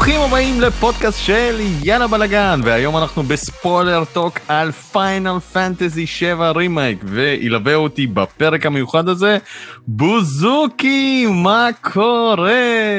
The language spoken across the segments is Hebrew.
ברוכים הבאים לפודקאסט של יאללה בלגן, והיום אנחנו בספוילר טוק על פיינל פנטזי 7 רימייק, וילווה אותי בפרק המיוחד הזה בוזוקי. מה קורה?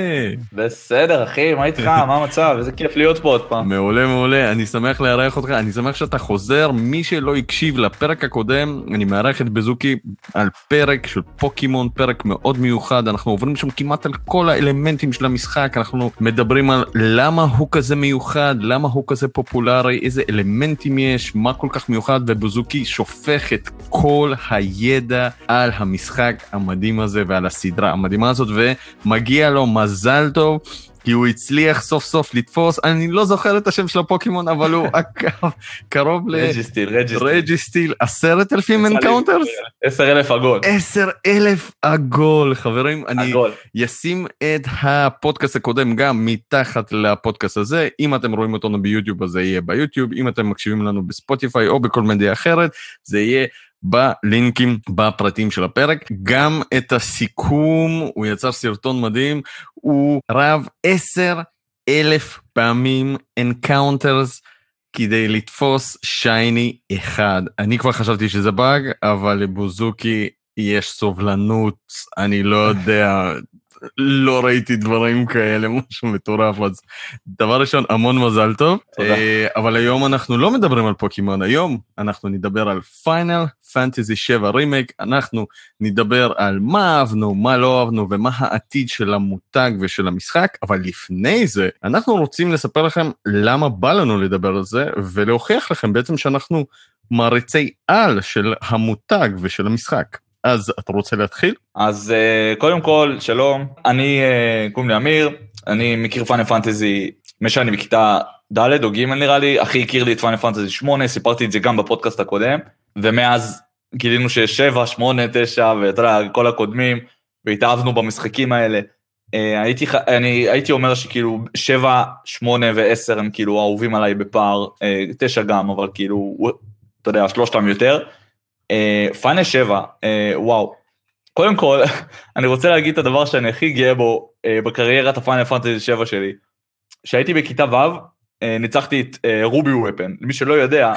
בסדר אחי, מה איתך? מה המצב? איזה כיף להיות פה עוד פעם. מעולה מעולה, אני שמח לארח אותך, אני שמח שאתה חוזר. מי שלא הקשיב לפרק הקודם, אני מארח את בוזוקי על פרק של פוקימון, פרק מאוד מיוחד. אנחנו עוברים שם כמעט על כל האלמנטים של המשחק, אנחנו מדברים על למה הוא כזה מיוחד, למה הוא כזה פופולרי, איזה אלמנטים יש, מה כל כך מיוחד, ובוזוקי שופך את כל הידע על המשחק המדהים הזה ועל הסדרה המדהימה הזאת, ומגיע לו מזל טוב, כי הוא הצליח סוף סוף לתפוס, אני לא זוכר את השם של הפוקימון, אבל הוא קרוב רג'יסטיל, 10,000 אנקאונטרס? 10,000 עגול. 10,000 עגול, חברים, אני אשים את הפודקאסט הקודם גם מתחת לפודקאסט הזה, אם אתם רואים אותנו ביוטיוב, אז זה יהיה ביוטיוב, אם אתם מקשיבים לנו בספוטיפיי או בכל מדיה אחרת, זה יהיה בלינקים בפרטים של הפרק. גם את הסיכום, הוא יצר סרטון מדהים, הוא רב 10,000 פעמים encounters כדי לתפוס שייני אחד. אני כבר חשבתי שזה באג, אבל לבוזוקי יש סובלנות, אני לא יודע, לא ראיתי דברים כאלה, משהו מטורף. אז דבר ראשון, המון מזל טוב. אבל היום אנחנו לא מדברים על פוקימון, היום אנחנו נדבר על פיינל פנטזי 7 רימייק, אנחנו נדבר על מה אהבנו, מה לא אהבנו, ומה העתיד של המותג ושל המשחק. אבל לפני זה, אנחנו רוצים לספר לכם למה בא לנו לדבר על זה, ולהוכיח לכם בעצם שאנחנו מעריצי על של המותג ושל המשחק. אז אתה רוצה להתחיל? אז קודם כל, שלום, אני קוראים לי אמיר, אני מכיר פיינל פנטזי, משני בכיתה ד' או ג' נראה לי, אחי הכיר לי את פיינל פנטזי 8, סיפרתי את זה גם בפודקאסט הקודם, ומאז גילינו שיש 7, 8, 9, ואתה יודע, כל הקודמים, והתאהבנו במשחקים האלה. הייתי אומר שכאילו 7, 8 ו10 הם כאילו אהובים עליי בפער, 9 גם, אבל כאילו, אתה יודע, שלושתם יותר. פיינל 7, וואו, קודם כל, אני רוצה להגיד את הדבר שאני הכי גאה בו בקריירת הפיינל פנטזי 7 שלי. שהייתי בכיתה ו', ניצחתי את רובי ופן. למי שלא יודע,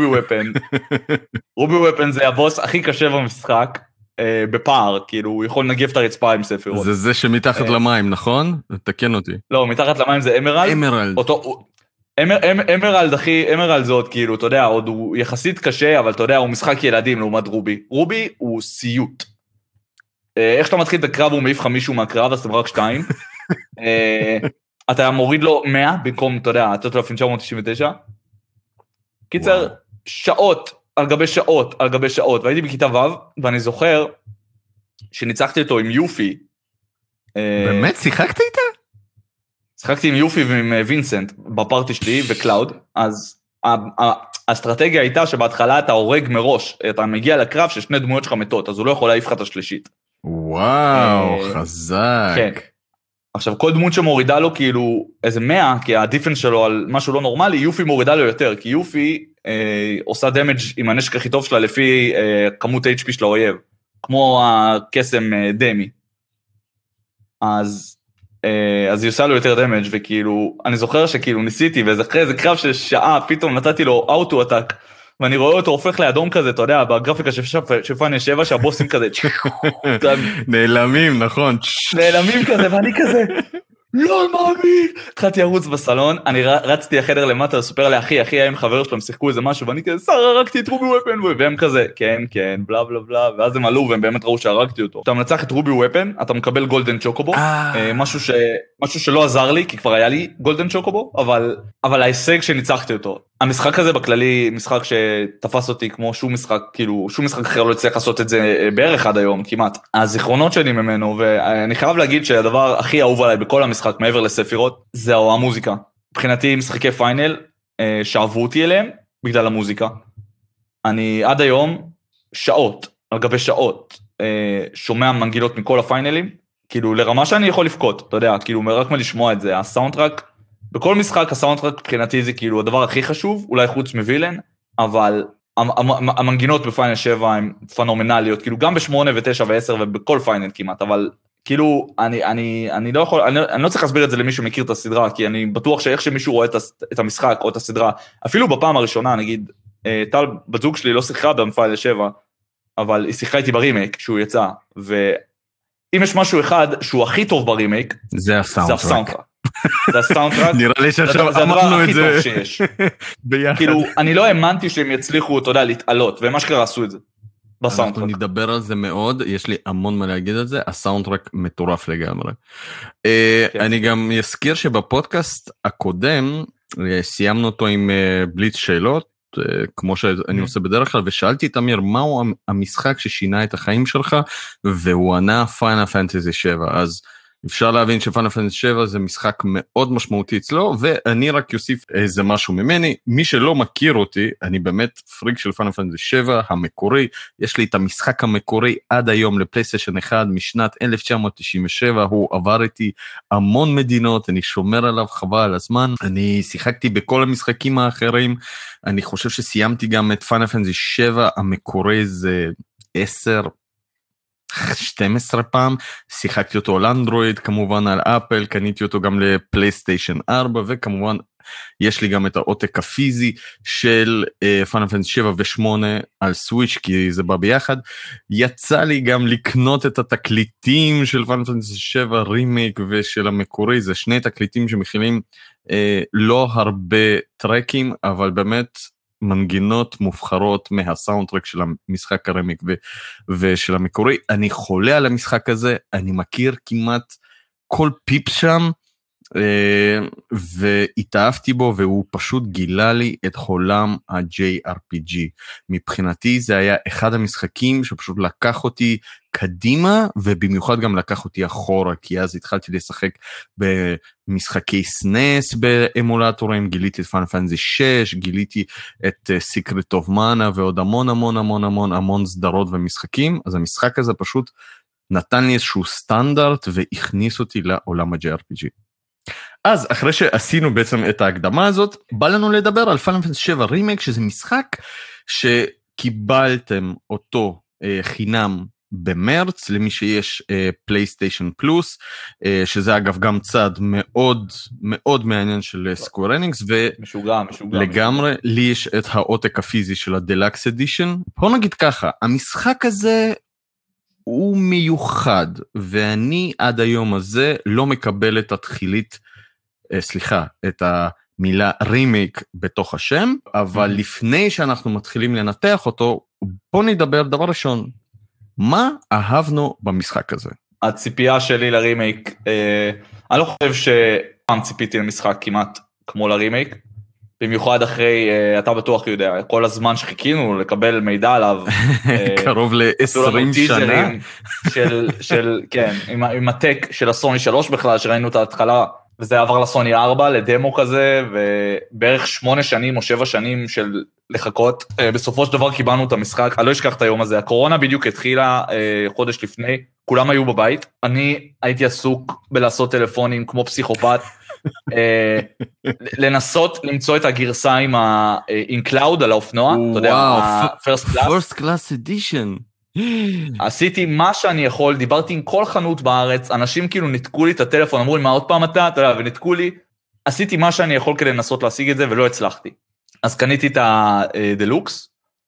רובי ופן זה הבוס הכי קשה במשחק, בפער, כאילו הוא יכול לנגב את הרצפה עם ספירות. זה שמתחת למים, נכון? תקן אותי. לא, מתחת למים זה אמרלד. אמרלד, אחי, אמרלד זה עוד כאילו, אתה יודע, עוד הוא יחסית קשה, אבל אתה יודע, הוא משחק ילדים לעומת רובי. רובי הוא סיוט. איך שאתה מתחיל את הקרב, הוא מעיף לך מישהו מהקרב, אז אתם רק 2. אתה מוריד לו 100, במקום, אתה יודע, 999. קיצר, שעות, על גבי שעות, על גבי שעות, והייתי בכיתה ו', ואני זוכר שניצחתי אותו עם יופי. באמת? שיחקת איתה? שחקתי עם יופי ועם וינסנט בפארטי שלי וקלאוד, אז האסטרטגיה הייתה שבהתחלה אתה הורג מראש, אתה מגיע לקרב ששני דמויות שלך מתות, אז הוא לא יכול להעיף לך את השלישית. וואו, חזק. כן. עכשיו כל דמות שמורידה לו כאילו איזה 100, כי הדיפנס שלו על משהו לא נורמלי, יופי מורידה לו יותר, כי יופי עושה דמג' עם הנשק הכי טוב שלה לפי כמות HP של האויב, כמו הקסם דמי. אז היא עושה לו יותר דמג' וכאילו, אני זוכר שכאילו ניסיתי, ואחרי איזה קרב של שעה, פתאום נתתי לו אוטו-אטק, ואני רואה אותו הופך לאדום כזה, אתה יודע, בגרפיקה של פיינל 7, שהבוסים כזה, נעלמים, נכון? נעלמים כזה, ואני כזה, לא מאמין. התחלתי לרוץ בסלון, אני רצתי החדר למטה, לספר לאחי, אחי היה עם חבר שלהם, שיחקו איזה משהו, ואני כזה, שר, הרגתי את רובי ופן, והם כזה, כן, כן, בלה בלה בלה, ואז הם עלו, והם באמת ראו שהרגתי אותו. אתה מנצח את רובי ופן, אתה מקבל גולדן צ'וקובו, משהו שלא עזר לי, כי כבר היה לי גולדן צ'וקובו, אבל ההישג שניצחתי אותו. המשחק הזה בכללי, משחק שתפס אותי כמו שום משחק, כאילו, שום משחק אחר לא הצליח לעשות את זה בערך עד היום, כמעט. הזיכרונות שלי ממנו, ואני חייב להגיד שהדבר הכי אהוב עליי בכל המשחק, מעבר לספירות, זה המוזיקה. מבחינתי, משחקי פיינל, שאהבו אותי אליהם, בגלל המוזיקה. אני עד היום, שעות, על גבי שעות, שומע מנגינות מכל הפיינלים, כאילו, לרמה שאני יכול לפקוט, אתה יודע, כאילו, רק מלשמוע את זה, הסאונדטרק, בכל משחק הסאונדטרק מבחינתי זה כאילו הדבר הכי חשוב, אולי חוץ מווילן, אבל המנגינות בפיינל 7 הן פנומנליות, כאילו גם ב8 ו9 ו10 ובכל פיינל כמעט, אבל כאילו, אני לא יכול, אני לא צריך להסביר את זה למי שמכיר את הסדרה, כי אני בטוח שאיך שמישהו רואה את המשחק או את הסדרה, אפילו בפעם הראשונה, נגיד, טל, בת זוג שלי לא שיחקה במפעל 7, אבל היא שיחקה איתי ברימייק שהוא יצא, ואם יש משהו אחד שהוא הכי טוב ברימייק, זה הסאונדטרק. זה הסאונדטרק. נראה לי שעכשיו אמרנו את זה ביחד. כאילו, אני לא האמנתי שהם יצליחו, אתה יודע, להתעלות, ומה שקרה עשו את זה. אנחנו נדבר על זה מאוד, יש לי המון מה להגיד על זה, הסאונדטרק מטורף לגמרי. אני גם אזכיר שבפודקאסט הקודם, סיימנו אותו עם בליץ שאלות, כמו שאני עושה בדרך כלל, ושאלתי את אמיר, מהו המשחק ששינה את החיים שלך, והוא ענה פיינל פנטזי 7, אז אפשר להבין שפיינל פנטזי 7 זה משחק מאוד משמעותי אצלו, ואני רק יוסיף איזה משהו ממני, מי שלא מכיר אותי, אני באמת פריק של פיינל פנטזי 7 המקורי, יש לי את המשחק המקורי עד היום לפלייסטיישן 1 משנת 1997, הוא עבר איתי המון מדינות, אני שומר עליו חבל על הזמן, אני שיחקתי בכל המשחקים האחרים, אני חושב שסיימתי גם את פיינל פנטזי 7 המקורי זה 12 פעם, שיחקתי אותו על אנדרואיד, כמובן על אפל, קניתי אותו גם לפלייסטיישן 4, וכמובן יש לי גם את העותק הפיזי של פיינל פנטזי 7 ו8 על סוויץ', כי זה בא ביחד. יצא לי גם לקנות את התקליטים של פיינל פנטזי 7 רימייק ושל המקורי, זה שני תקליטים שמכילים לא הרבה טרקים, אבל באמת מנגינות מובחרות מהסאונדטרק של המשחק הרימיק ושל המקורי. אני חולה על המשחק הזה, אני מכיר כמעט כל פיפ שם, והתאהבתי בו, והוא פשוט גילה לי את עולם ה-JRPG. מבחינתי זה היה אחד המשחקים שפשוט לקח אותי קדימה, ובמיוחד גם לקח אותי אחורה, כי אז התחלתי לשחק במשחקי סנס באמולטורים, גיליתי את פיינל פנטזי 6, גיליתי את Secret of Mana, ועוד המון סדרות ומשחקים, אז המשחק הזה פשוט נתן לי איזשהו סטנדרט, והכניס אותי לעולם ה-JRPG. אז אחרי שעשינו בעצם את ההקדמה הזאת, בא לנו לדבר על פיינל פנטזי 7 רימייק, שזה משחק שקיבלתם אותו חינם במרץ, למי שיש פלייסטיישן פלוס, שזה אגב גם צעד מאוד מאוד מעניין של סקוור אניקס, ולגמרי לי יש את העותק הפיזי של הדלקס אדישן. בוא נגיד ככה, המשחק הזה הוא מיוחד, ואני עד היום הזה לא מקבל את התחילית, את המילה רימייק בתוך השם, אבל לפני שאנחנו מתחילים לנתח אותו, בוא נדבר דבר ראשון, מה אהבנו במשחק הזה? הציפייה שלי לרימייק, אני לא חושב שפעם ציפיתי למשחק כמעט כמו לרימייק, במיוחד אחרי, אתה בטוח יודע, כל הזמן שחיכינו לקבל מידע עליו. קרוב ל-20 שנה. כן, עם הטק של הסוני 3 בכלל, שראינו את ההתחלה, וזה עבר לסוני 4, לדמו כזה, ובערך 8 שנים או 7 שנים של לחכות. בסופו של דבר קיבלנו את המשחק, אני לא אשכח את היום הזה, הקורונה בדיוק התחילה חודש לפני, כולם היו בבית, אני הייתי עסוק בלעשות טלפונים כמו פסיכופת, לנסות למצוא את הגרסה עם קלאוד על האופנוע, אתה יודע, First Class Edition. עשיתי מה שאני יכול, דיברתי עם כל חנות בארץ, אנשים כאילו נתקו לי את הטלפון, אמרו לי מה עוד פעם אתה יודע, ונתקו לי, עשיתי מה שאני יכול כדי לנסות להשיג את זה, ולא הצלחתי. אז קניתי את הדלוקס,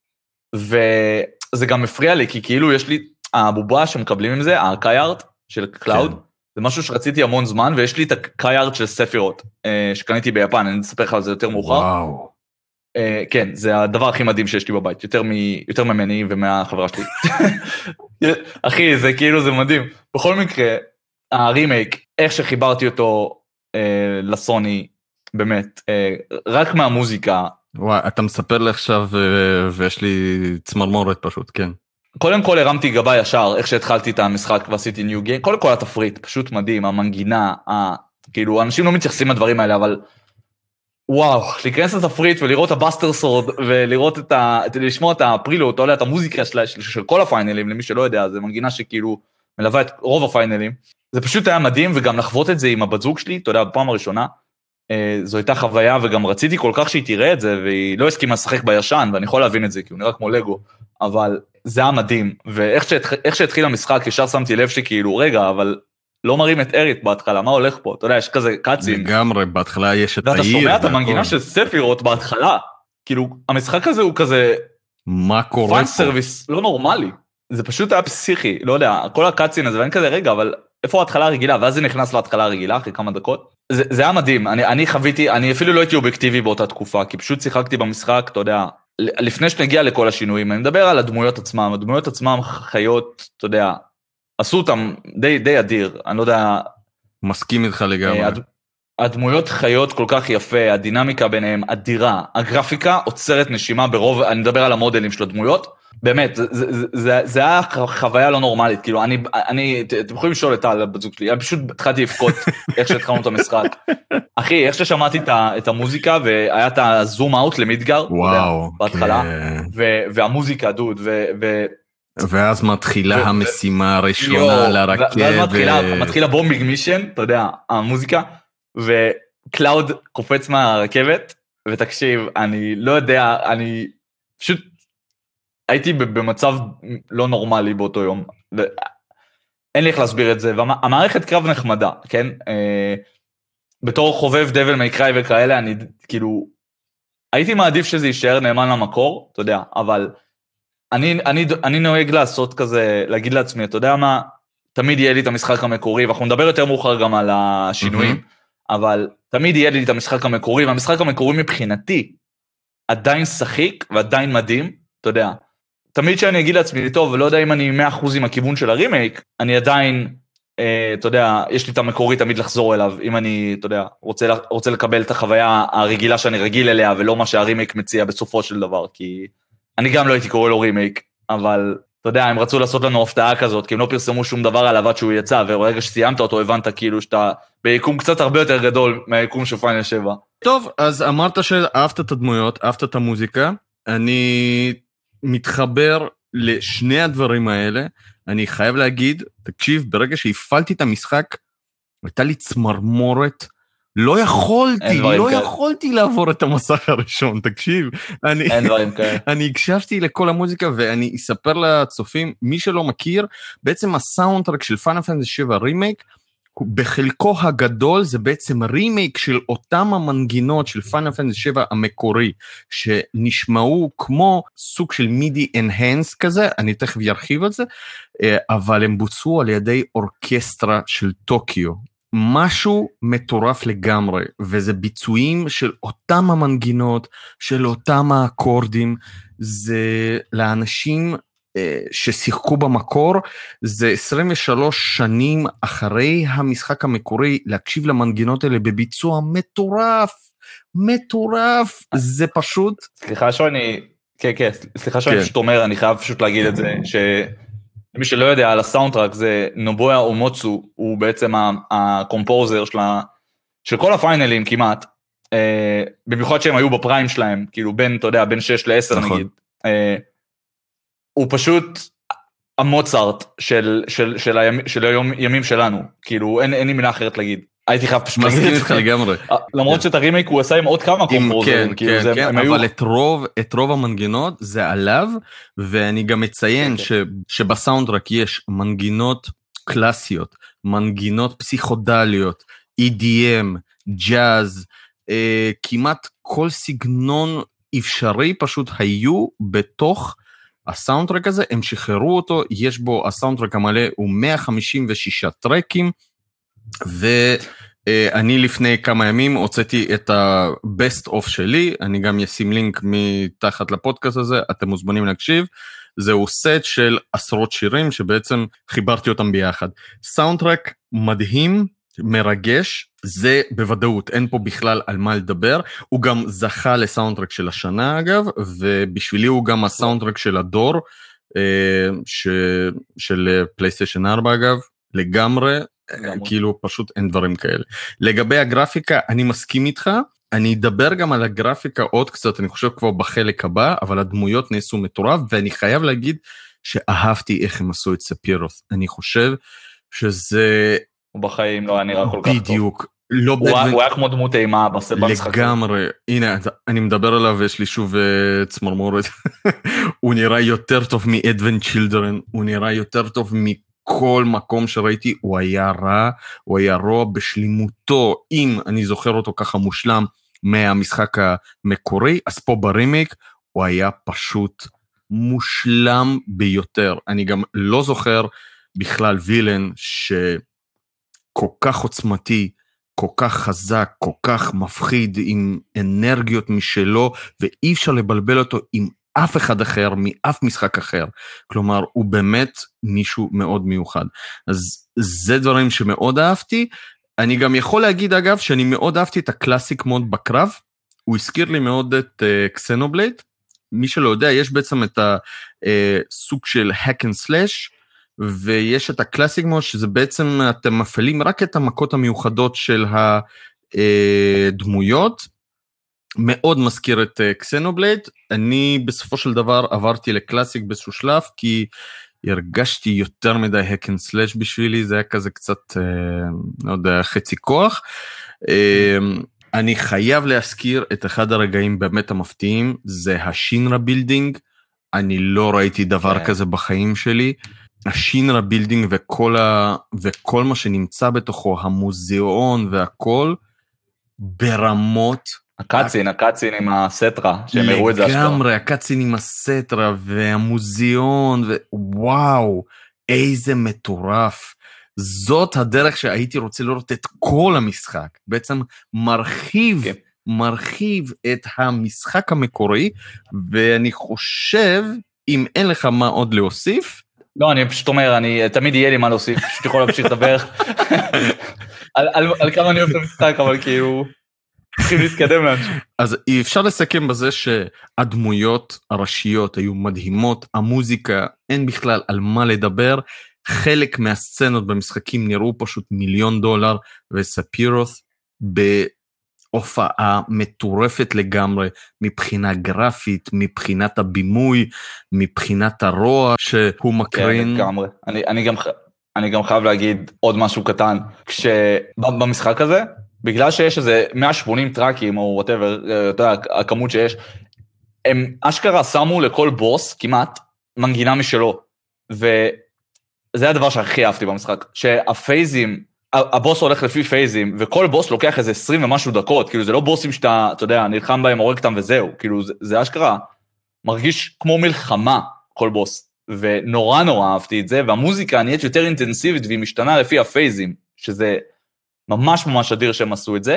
וזה גם מפריע לי, כי כאילו יש לי, הבובה שמקבלים עם זה, הקאי-ארט של קלאוד, זה משהו שרציתי המון זמן, ויש לי את הקאי-ארט של ספירות, שקניתי ביפן, אני אספר לך על זה יותר מאוחר. וואו. כן, זה הדבר הכי מדהים שיש לי בבית, יותר ממני ומהחברה שלי. אחי, זה כאילו, זה מדהים. בכל מקרה, הרימייק, איך שחיברתי אותו לסוני, באמת, רק מהמוזיקה. וואי, אתה מספר לי עכשיו, ויש לי צמרמורת פשוט, כן. קודם כל הרמתי גבה ישר, איך שהתחלתי את המשחק ועשיתי ניו גיים, קודם כל התפריט, פשוט מדהים, המנגינה, כאילו, אנשים לא מתייחסים לדברים האלה, אבל וואו, להיכנס לתפריט ולראות את הבאסטר סורד, ולראות לשמוע את הפרילוט, או את המוזיקה של כל הפיינלים, למי שלא יודע, זה מנגינה שכאילו מלווה את רוב הפיינלים, זה פשוט היה מדהים, וגם לחוות את זה עם הבת זוג שלי, אתה יודע, בפעם הראשונה, זו הייתה חוויה, וגם רציתי כל כך שהיא תראה את זה, והיא לא הסכימה לשחק בישן, ואני יכול להבין את זה, כי הוא נראה כמו לגו, אבל זה היה מדהים, ואיך שהתחיל המשחק, ישר שמתי לב שכאילו, רגע, אבל לא מרים את ארית בהתחלה, מה הולך פה? אתה יודע, יש כזה קאצין. לגמרי, בהתחלה יש את ואתה העיר. שומע את המנגינה של ספירות בהתחלה. כאילו, המשחק הזה הוא כזה... מה קורה פה? פאן סרוויס לא נורמלי. זה פשוט היה פסיכי, לא יודע, כל הקאצין הזה, ואין כזה רגע, אבל איפה ההתחלה הרגילה? ואז זה נכנס להתחלה הרגילה אחרי כמה דקות. זה היה מדהים, אני חוויתי, אני אפילו לא הייתי אובייקטיבי באותה תקופה, כי פשוט שיחקתי במשחק, אתה יודע, לפני שנגיע לכל השינויים, אני מדבר על הדמויות עצמם, הדמויות עצמם חיות, אתה יודע, עשו אותם די אדיר, אני לא יודע... מסכים איתך לגמרי. הדמויות חיות כל כך יפה, הדינמיקה ביניהם אדירה, הגרפיקה עוצרת נשימה ברוב, אני מדבר על המודלים של הדמויות, באמת, זה היה חוויה לא נורמלית, כאילו, אתם יכולים לשאול את הבזוק שלי, אני פשוט התחלתי לפקוט איך שהתחלנו את המשחק. אחי, איך ששמעתי את המוזיקה, והיה את הזום אאוט למידגר, בהתחלה, והמוזיקה, דוד, ואז מתחילה המשימה הראשונה על הרכבת. ואז מתחילה בומביג מישן, אתה יודע, המוזיקה, וקלאוד קופץ מהרכבת, ותקשיב, אני לא יודע, אני פשוט הייתי במצב לא נורמלי באותו יום, ואין לי איך להסביר את זה, והמערכת קרב נחמדה, כן? בתור חובב דבל מייקראי וכאלה, אני כאילו, הייתי מעדיף שזה יישאר נאמן למקור, אתה יודע, אבל אני נוהג לעשות כזה, להגיד לעצמי, אתה יודע מה, תמיד יהיה לי את המשחק המקורי, ואנחנו נדבר יותר מאוחר גם על השינויים, אבל תמיד יהיה לי את המשחק המקורי, והמשחק המקורי מבחינתי עדיין שחיק ועדיין מדהים, אתה יודע. תמיד שאני אגיד לעצמי, טוב, ולא יודע אם אני 100% עם הכיוון של הרימייק, אני עדיין, אתה יודע, יש לי את המקורי תמיד לחזור אליו, אם אני, אתה יודע, רוצה לקבל את החוויה הרגילה שאני רגיל אליה, ולא מה שהרימייק מציע בסופו של דבר, כי אני גם לא הייתי קורא לו רימייק, אבל אתה יודע, הם רצו לעשות לנו הפתעה כזאת, כי הם לא פרסמו שום דבר עליו עד שהוא יצא, וברגע שסיימת אותו הבנת כאילו שאתה ביקום קצת הרבה יותר גדול מהיקום של פיינל 7. טוב, אז אמרת שאהבת את הדמויות, אהבת את המוזיקה, אני מתחבר לשני הדברים האלה, אני חייב להגיד, תקשיב, ברגע שהפעלתי את המשחק, הייתה לי צמרמורת, לא יכולתי לעבור את המסך הראשון, תקשיב. אין דברים כאלה. אני הקשבתי לכל המוזיקה, ואני אספר לצופים, מי שלא מכיר, בעצם הסאונדטרק של פיינל פנטסי 7 רימייק, בחלקו הגדול זה בעצם רימייק של אותם המנגינות של פיינל פנטסי 7 המקורי, שנשמעו כמו סוג של מידי אנהנס כזה, אני תכף ארחיב את זה, אבל הם בוצעו על ידי אורקסטרה של טוקיו, משהו מטורף לגמרי, וזה ביצועים של אותם המנגינות, של אותם האקורדים, זה לאנשים ששיחקו במקור, זה 23 שנים אחרי המשחק המקורי, להקשיב למנגינות האלה בביצוע מטורף, זה פשוט... סליחה שאני פשוט אומר, אני חייב פשוט להגיד את זה, מי שלא יודע על הסאונדטרק זה נובויה אומוצו, הוא בעצם הקומפוזר של כל הפיינלים כמעט, במיוחד שהם היו בפריים שלהם, כאילו בין, אתה יודע, בין 6 ל-10 נגיד, הוא פשוט המוצרט של הימים שלנו, כאילו אין לי מילה אחרת להגיד. הייתי חייב פשוט להגיד מסכים איתך לגמרי. למרות שאת הרימייק הוא עשה עם עוד כמה קומפוזרים. כן, אבל את רוב המנגינות זה עליו, ואני גם מציין שבסאונדטרק יש מנגינות קלאסיות, מנגינות פסיכודליות, EDM, ג'אז, כמעט כל סגנון אפשרי פשוט היו בתוך הסאונדטרק הזה, הם שחררו אותו, יש בו, הסאונדטרק המלא הוא 156 טרקים, ואני לפני כמה ימים הוצאתי את ה-best of שלי, אני גם אשים לינק מתחת לפודקאסט הזה, אתם מוזמנים להקשיב, זהו סט של עשרות שירים שבעצם חיברתי אותם ביחד. סאונדטרק מדהים, מרגש, זה בוודאות, אין פה בכלל על מה לדבר, הוא גם זכה לסאונדטרק של השנה אגב, ובשבילי הוא גם הסאונדטרק של הדור, של פלייסטיישן 4 אגב, לגמרי, כאילו פשוט אין דברים כאלה. לגבי הגרפיקה, אני מסכים איתך, אני אדבר גם על הגרפיקה עוד קצת, אני חושב כבר בחלק הבא, אבל הדמויות נעשו מטורף, ואני חייב להגיד שאהבתי איך הם עשו את ספירוס, אני חושב שזה... הוא בחיים לא היה נראה כל כך טוב. בדיוק. הוא היה כמו דמות אימה במשחק. לגמרי, הנה, אני מדבר עליו ויש לי שוב צמרמורת. הוא נראה יותר טוב מ-Advent Children, הוא נראה יותר טוב כל מקום שראיתי הוא היה רע, הוא היה רוע בשלימותו, אם אני זוכר אותו ככה מושלם מהמשחק המקורי, אז פה ברימיק הוא היה פשוט מושלם ביותר. אני גם לא זוכר בכלל וילן שכל כך עוצמתי, כל כך חזק, כל כך מפחיד, עם אנרגיות משלו, ואי אפשר לבלבל אותו עם אף אחד אחר, מאף משחק אחר. כלומר, הוא באמת מישהו מאוד מיוחד. אז זה דברים שמאוד אהבתי. אני גם יכול להגיד, אגב, שאני מאוד אהבתי את הקלאסיק מוד בקרב. הוא הזכיר לי מאוד את קסנובלייד. מי שלא יודע, יש בעצם את הסוג של hack and slash, ויש את הקלאסיק מוד, שזה בעצם אתם מפעילים רק את המכות המיוחדות של הדמויות, מאוד מזכיר את קסנובלייד. אני בסופו של דבר עברתי לקלאסיק באיזשהו שלב, כי הרגשתי יותר מדי hack and slash בשבילי, זה היה כזה קצת, לא יודע, חצי כוח. אני חייב להזכיר את אחד הרגעים באמת המפתיעים, זה השינרה בילדינג, אני לא ראיתי דבר כזה בחיים שלי, השינרה בילדינג וכל מה שנמצא בתוכו, המוזיאון והכל, ברמות, הקאצין עם הסטרה, שהם הראו את זה השפעה. לגמרי, הקאצין עם הסטרה והמוזיאון, וואו, איזה מטורף. זאת הדרך שהייתי רוצה לראות את כל המשחק, בעצם מרחיב את המשחק המקורי, ואני חושב, אם אין לך מה עוד להוסיף, לא, אני פשוט אומר, תמיד יהיה לי מה להוסיף, פשוט יכול להמשיך לדבר על כמה אני אוהב את המשחק, אבל כאילו, צריכים להתקדם לאנשים. אז אפשר לסכם בזה שהדמויות הראשיות היו מדהימות, המוזיקה, אין בכלל על מה לדבר, חלק מהסצנות במשחקים נראו פשוט $1,000,000, וספירוס בהופעה מטורפת לגמרי, מבחינה גרפית, מבחינת הבימוי, מבחינת הרוע שהוא מקרין. כן, לגמרי. אני גם חייב להגיד עוד משהו קטן, כשבמשחק הזה, בגלל שיש איזה 180 טראקים, או whatever, אתה יודע, הכמות שיש, הם אשכרה שמו לכל בוס, כמעט, מנגינה משלו, וזה הדבר שהכי אהבתי במשחק, שהפייזים, הבוס הולך לפי פייזים, וכל בוס לוקח איזה 20 ומשהו דקות, כאילו זה לא בוסים שאתה, אתה יודע, נלחם בהם, הורג אותם וזהו, כאילו זה אשכרה, מרגיש כמו מלחמה, כל בוס, ונורא נורא אהבתי את זה, והמוזיקה נהיית יותר אינטנסיבית, והיא משתנה לפי הפייזים, שזה ממש ממש אדיר שהם עשו את זה,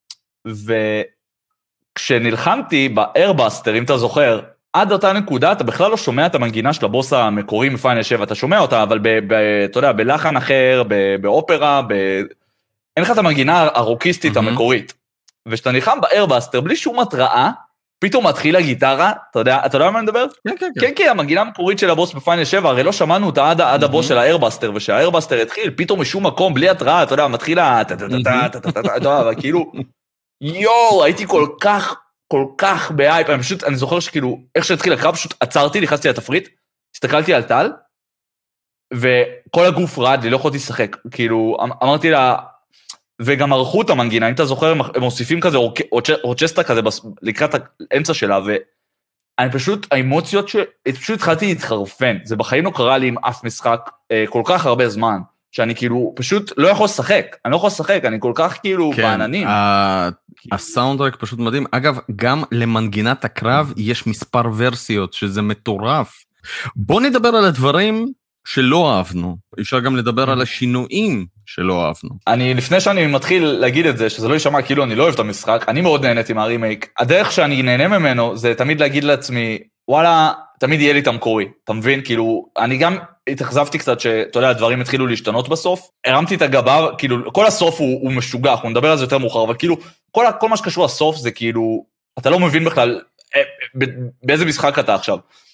וכשנלחמתי באיירבאסטר, אם אתה זוכר, עד אותה נקודה, אתה בכלל לא שומע את המנגינה של הבוס המקורי מפיינל 7, אתה שומע אותה, אבל אתה יודע, בלחן אחר, באופרה, אין לך את המנגינה הרוקיסטית המקורית, וכשאתה נלחם באיירבאסטר, בלי שום התראה, פתאום מתחיל הגיטרה, אתה יודע על מה אני מדבר? כן, כן, המנגינה המקורית של הבוס בפיינל 7, הרי לא שמענו אותה עד הבוס של האיירבאסטר, ושהאיירבאסטר התחיל, פתאום משום מקום, בלי התראה, אתה יודע, מתחיל כאילו, יואו, הייתי כל כך בהייפ, אני זוכר שכאילו, איך שהתחיל הקרב, פשוט עצרתי, נכנסתי לתפריט, הסתכלתי על טל, וכל הגוף רד, לי לא יכולתי לשחק, כאילו, אמרתי לה, וגם ערכו את המנגינה, אם אתה זוכר, הם מוסיפים כזה, אורצ'סטרה כזה, לקראת האמצע שלה, ואני פשוט, האמוציות פשוט התחלתי להתחרפן, זה בחיים לא קרה לי עם אף משחק, כל כך הרבה זמן, שאני כאילו, פשוט לא יכול לשחק, אני כל כך כאילו בעננים. הסאונדרק פשוט מדהים, אגב, גם למנגינת הקרב, יש מספר ורסיות, שזה מטורף. בוא נדבר על הדברים שלא אהבנו, אפשר גם לדבר על השינויים שלא אהבנו. לפני שאני מתחיל להגיד את זה, שזה לא יישמע כאילו אני לא אוהב את המשחק, אני מאוד נהניתי מהרימייק, הדרך שאני נהנה ממנו, זה תמיד להגיד לעצמי, וואלה, תמיד יהיה לי את המקורי, אתה מבין? כאילו, אני גם התאכזבתי קצת שאתה יודע, הדברים התחילו להשתנות בסוף, הרמתי את הגבה, כאילו, כל הסוף הוא משוגע, אנחנו נדבר על זה יותר מאוחר, אבל כאילו, כל מה שקשור לסוף זה כאילו, אתה לא מבין בכלל באיזה משחק אתה עכשיו.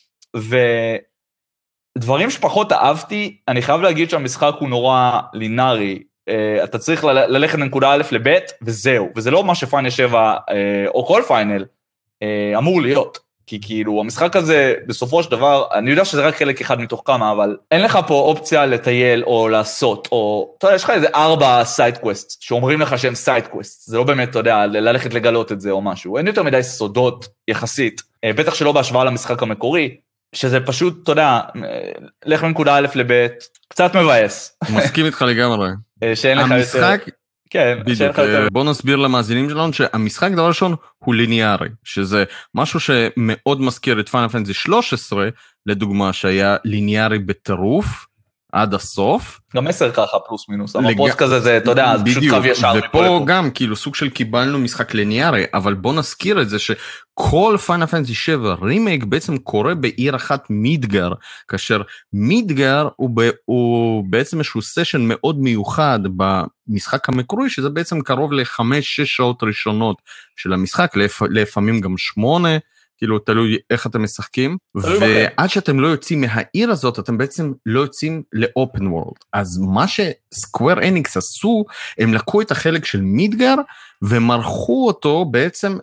ודברים שפחות אהבתי, אני חייב להגיד שהמשחק הוא נורא לינארי, אתה צריך ללכת לנקודה א' לב' וזהו, וזה לא מה שפיינל 7 או כל פיינל אמור להיות. כי כאילו, המשחק הזה, בסופו של דבר, אני יודע שזה רק חלק אחד מתוך כמה, אבל אין לך פה אופציה לטייל או לעשות, או, אתה יודע, יש לך איזה 4 סייד-קווסט, שאומרים לך שהם סייד-קווסט, זה לא באמת, אתה יודע, ללכת לגלות את זה או משהו, אין יותר מדי סודות יחסית, בטח שלא בהשוואה למשחק המקורי, שזה פשוט, אתה יודע, לך מנקודה א' לב', קצת מבאס. מסכים איתך לגמרי. שאין לך יותר... כן, בדיוק, בוא נסביר למאזינים שלנו שהמשחק דבר ראשון הוא ליניארי, שזה משהו שמאוד מזכיר את פיינל פנטזי 13, לדוגמה שהיה ליניארי בטירוף, עד הסוף. גם 10 ככה פלוס מינוס, המפות כזה זה, אתה יודע, זה פשוט קו ישר. ופה גם כאילו סוג של קיבלנו משחק ליניארי, אבל בוא נזכיר את זה שכל פיינל פנטזי 7 רימייק בעצם קורה בעיר אחת מידגר, כאשר מידגר הוא בעצם איזשהו סשן מאוד מיוחד במשחק המקורי, שזה בעצם קרוב ל5-6 שעות ראשונות של המשחק, לפעמים גם 8, כאילו תלוי איך אתם משחקים, ועד שאתם לא יוצאים מהעיר הזאת, אתם בעצם לא יוצאים לאופן וורלד. אז מה שסקוואר אניקס עשו, הם לקחו את החלק של מידגר, ומרחו אותו בעצם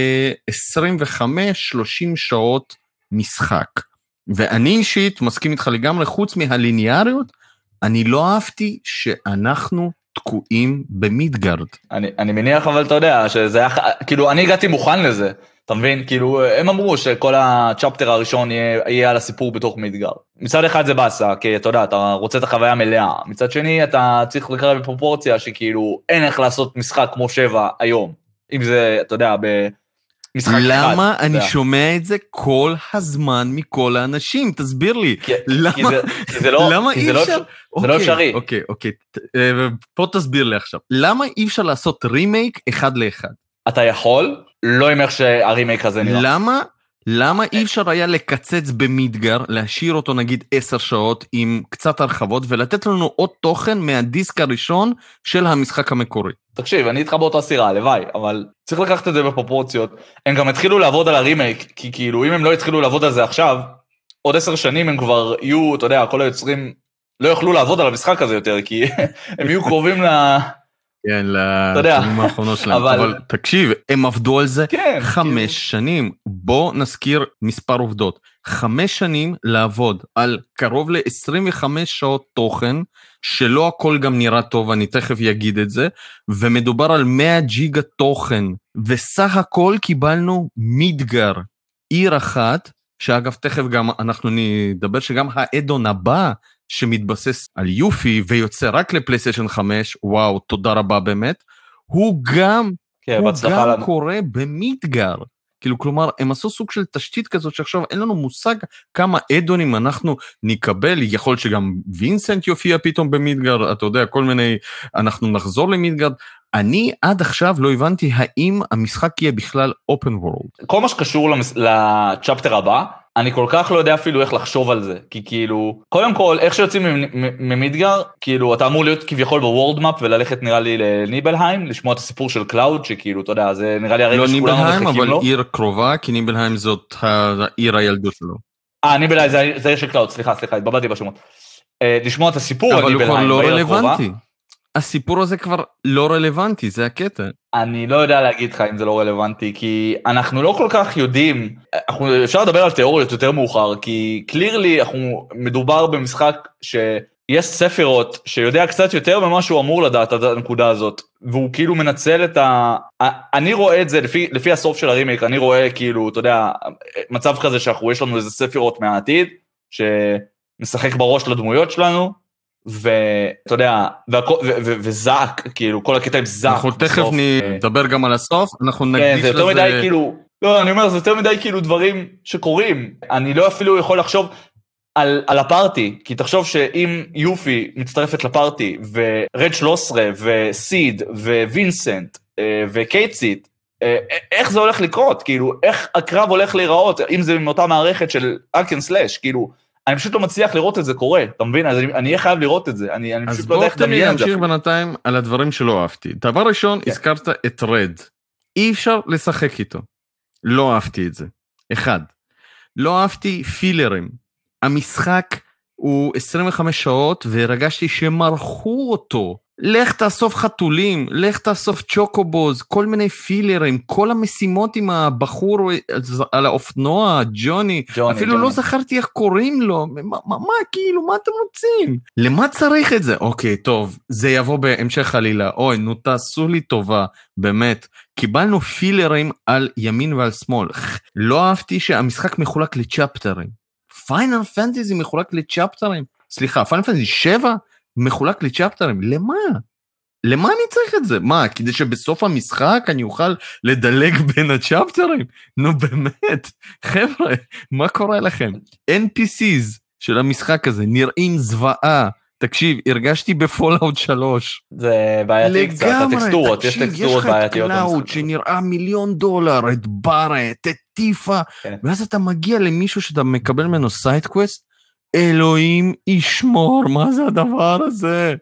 ל-25-30 שעות משחק. ואני אישית מסכים איתך לגמרי, חוץ מהליניאריות, אני לא אהבתי שאנחנו תקועים במידגרד. אני מניח, אבל אתה יודע, שזה היה, כאילו אני הגעתי מוכן לזה, אתה מבין? כאילו, הם אמרו שכל הצ'פטר הראשון יהיה על הסיפור בתוך מידגר. מצד אחד זה בסה, כי אתה יודע, אתה רוצה את החוויה המלאה. מצד שני, אתה צריך לקרוא בפרופורציה שכאילו, אין איך לעשות משחק כמו 7 היום. אם זה, אתה יודע, במשחק אחד. למה אני שומע את זה כל הזמן מכל האנשים? תסביר לי. למה אי אפשר? זה לא אפשרי. אוקיי. פה תסביר לי עכשיו. למה אי אפשר לעשות רימייק אחד לאחד? אתה יכול, לא עם איך שהרימייק הזה נראה. למה אי אפשר היה לקצץ במידגר, להשאיר אותו נגיד 10 שעות עם קצת הרחבות, ולתת לנו עוד תוכן מהדיסק הראשון של המשחק המקורי? תקשיב, אני איתך באותה סירה, לוואי, אבל צריך לקחת את זה בפרופורציות. הם גם התחילו לעבוד על הרימייק, כי כאילו אם הם לא התחילו לעבוד על זה עכשיו, עוד 10 שנים הם כבר יהיו, אתה יודע, כל היוצרים לא יוכלו לעבוד על המשחק הזה יותר, כי הם יהיו קרובים כן, לשנים האחרונות שלהם. אבל תקשיב, הם עבדו על זה 5 שנים. בוא נזכיר מספר עובדות. 5 שנים לעבוד על קרוב ל-25 שעות תוכן, שלא הכל גם נראה טוב, אני תכף אגיד את זה, ומדובר על 100 ג'יגה תוכן, וסך הכל קיבלנו מידגר, עיר אחת, שאגב תכף גם אנחנו נדבר שגם האדון הבא, שמתבסס על יופי ויוצא רק לפלייסטיישן 5, וואו, תודה רבה באמת, הוא גם קורא במידגר. כאילו, כלומר, הם עשו סוג של תשתית כזאת שעכשיו אין לנו מושג כמה אדונים אנחנו נקבל, יכול שגם וינסנט יופיע פתאום במידגר, אתה יודע, כל מיני, אנחנו נחזור למידגר. אני עד עכשיו לא הבנתי האם המשחק יהיה בכלל אופן וורלד. כל מה שקשור לצ'פטר הבא, אני כל כך לא יודע אפילו איך לחשוב על זה, כי כאילו, קודם כל, איך שיוצאים ממידגר, כאילו, אתה אמור להיות כביכול בוורד מאפ, וללכת נראה לי לניבלהיים, לשמוע את הסיפור של קלאוד, שכאילו, אתה יודע, זה נראה לי הרגע שכולנו מחכים לו. לא ניבלהיים, אבל עיר קרובה, כי ניבלהיים זאת העיר הילדות שלו. ניבלהיים זה עיר של קלאוד, סליחה, התבלבלתי בשמות. לשמוע את הסיפור על ניבלהיים בעיר הקרובה. הסיפור הזה כבר לא רלוונטי, זה הקטע. אני לא יודע להגיד לך אם זה לא רלוונטי, כי אנחנו לא כל כך יודעים, אפשר לדבר על תיאוריות יותר מאוחר, כי קלירלי מדובר במשחק שיש ספירות שיודע קצת יותר ממה שהוא אמור לדעת עד הנקודה הזאת, והוא כאילו מנצל את אני רואה את זה, לפי הסוף של הרימייק, אני רואה כאילו, אתה יודע, מצב כזה יש לנו איזה ספירות מהעתיד, שמשחק בראש לדמויות שלנו, ואתה יודע, וזעק, כאילו, כל הקטע עם זעק. אנחנו תכף נדבר גם על הסוף, אנחנו נקדיש לזה... כן, זה יותר מדי כאילו, לא, אני אומר, זה יותר מדי כאילו דברים שקורים. אני לא אפילו יכול לחשוב על הפארטי, כי תחשוב שאם יופי מצטרפת לפארטי, ורד 13, וסיד, ווינסנט, וקייטסיט, איך זה הולך לקרות? כאילו, איך הקרב הולך להיראות, אם זה מאותה מערכת של אקן סלאש, כאילו, אני פשוט לא מצליח לראות את זה קורה, אתה מבין? אז אני אהיה חייב לראות את זה, אני פשוט לא יודע איך דמיין את זה. אז בוא תן לי להמשיך בינתיים על הדברים שלא אהבתי. דבר ראשון, הזכרת את רד. אי אפשר לשחק איתו. לא אהבתי את זה. 1. לא אהבתי פילרים. המשחק הוא 25 שעות, והרגשתי שמרחו אותו. לך תאסוף חתולים, לך תאסוף צ'וקובוז, כל מיני פילרים, כל המשימות עם הבחור על האופנוע, ג'וני, אפילו לא זכרתי איך קוראים לו, מה כאילו, מה אתם רוצים? למה צריך את זה? אוקיי, טוב, זה יבוא בהמשך חלילה, אוי, נו תעשו לי טובה, באמת, קיבלנו פילרים על ימין ועל שמאל, לא אהבתי שהמשחק מחולק לצ'פטרים, פיינל פנטזי מחולק לצ'פטרים, סליחה, פיינל פנטזי 7 מחולק לצ'פטרים, למה? למה אני צריך את זה? מה, כדי שבסוף המשחק אני אוכל לדלג בין הצ'פטרים? נו באמת, חבר'ה, מה קורה לכם? NPCs של המשחק הזה נראים זוועה, תקשיב, הרגשתי בפולאוט 3. זה בעייתי קצת, הטקסטורות, יש טקסטורות בעייתיות. יש לך את קלאוד שנראה $1,000,000, את בארט, את טיפה, ואז אתה מגיע למישהו שאתה מקבל ממנו סיידקווסט, אלוהים ישמור, מה זה הדבר הזה?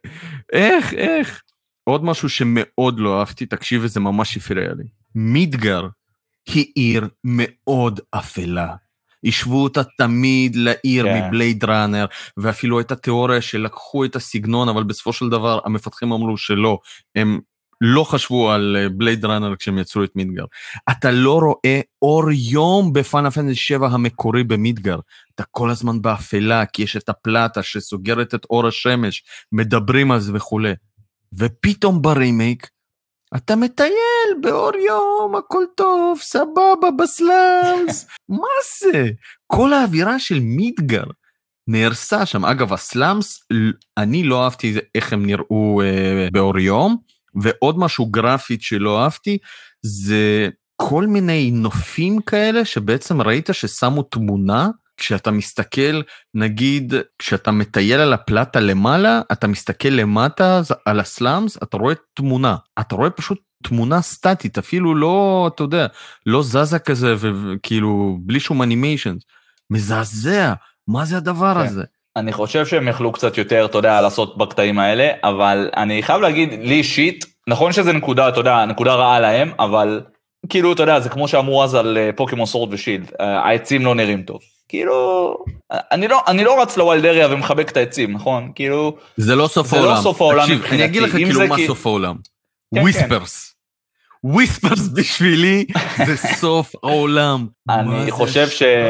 איך? עוד משהו שמאוד לא אהבתי, תקשיב, וזה ממש הפריע לי. מידגר היא עיר מאוד אפלה. ישבו אותה תמיד לעיר מבלייד ראנר, ואפילו את התיאוריה שלקחו את הסגנון, אבל בסופו של דבר המפתחים אמרו שלא, הם לא חשבו על בלייד ראנר כשהם יצרו את מידגר. אתה לא רואה אור יום בפיינל פנטזי 7 המקורי במידגר, אתה כל הזמן באפלה, כי יש את הפלטה שסוגרת את אור השמש, מדברים על זה וכו'. ופתאום ברימייק, אתה מטייל באור יום, הכל טוב, סבבה בסלאמס, מה זה? כל האווירה של מידגר נהרסה שם. אגב, הסלאמס, אני לא אהבתי איך הם נראו באור יום, ועוד משהו גרפית שלא אהבתי, זה כל מיני נופים כאלה, שבעצם ראית ששמו תמונה, כשאתה מסתכל, נגיד, כשאתה מטייל על הפלטה למעלה, אתה מסתכל למטה על הסלאמס, אתה רואה תמונה, אתה רואה פשוט תמונה סטטית, אפילו לא, אתה יודע, לא זזה כזה, וכאילו, בלי שום אנימיישן, מזעזע, מה זה הדבר הזה? אני חושב שהם יכלו קצת יותר, אתה יודע, לעשות בקטעים האלה, אבל אני חייב להגיד, לי אישית, נכון שזה נקודה, אתה יודע, נקודה רעה להם, אבל כאילו, אתה יודע, זה כמו שאמרו אז על פוקימון סורד ושילד, העצים לא נראים טוב. כאילו, אני לא רץ לווילד אריה ומחבק את העצים, נכון? כאילו, זה לא סוף העולם. זה לא סוף העולם מבחינתי. תקשיב, אני אגיד לך כאילו מה סוף העולם. וויספרס. וויספרס בשבילי זה סוף העולם. אני חושב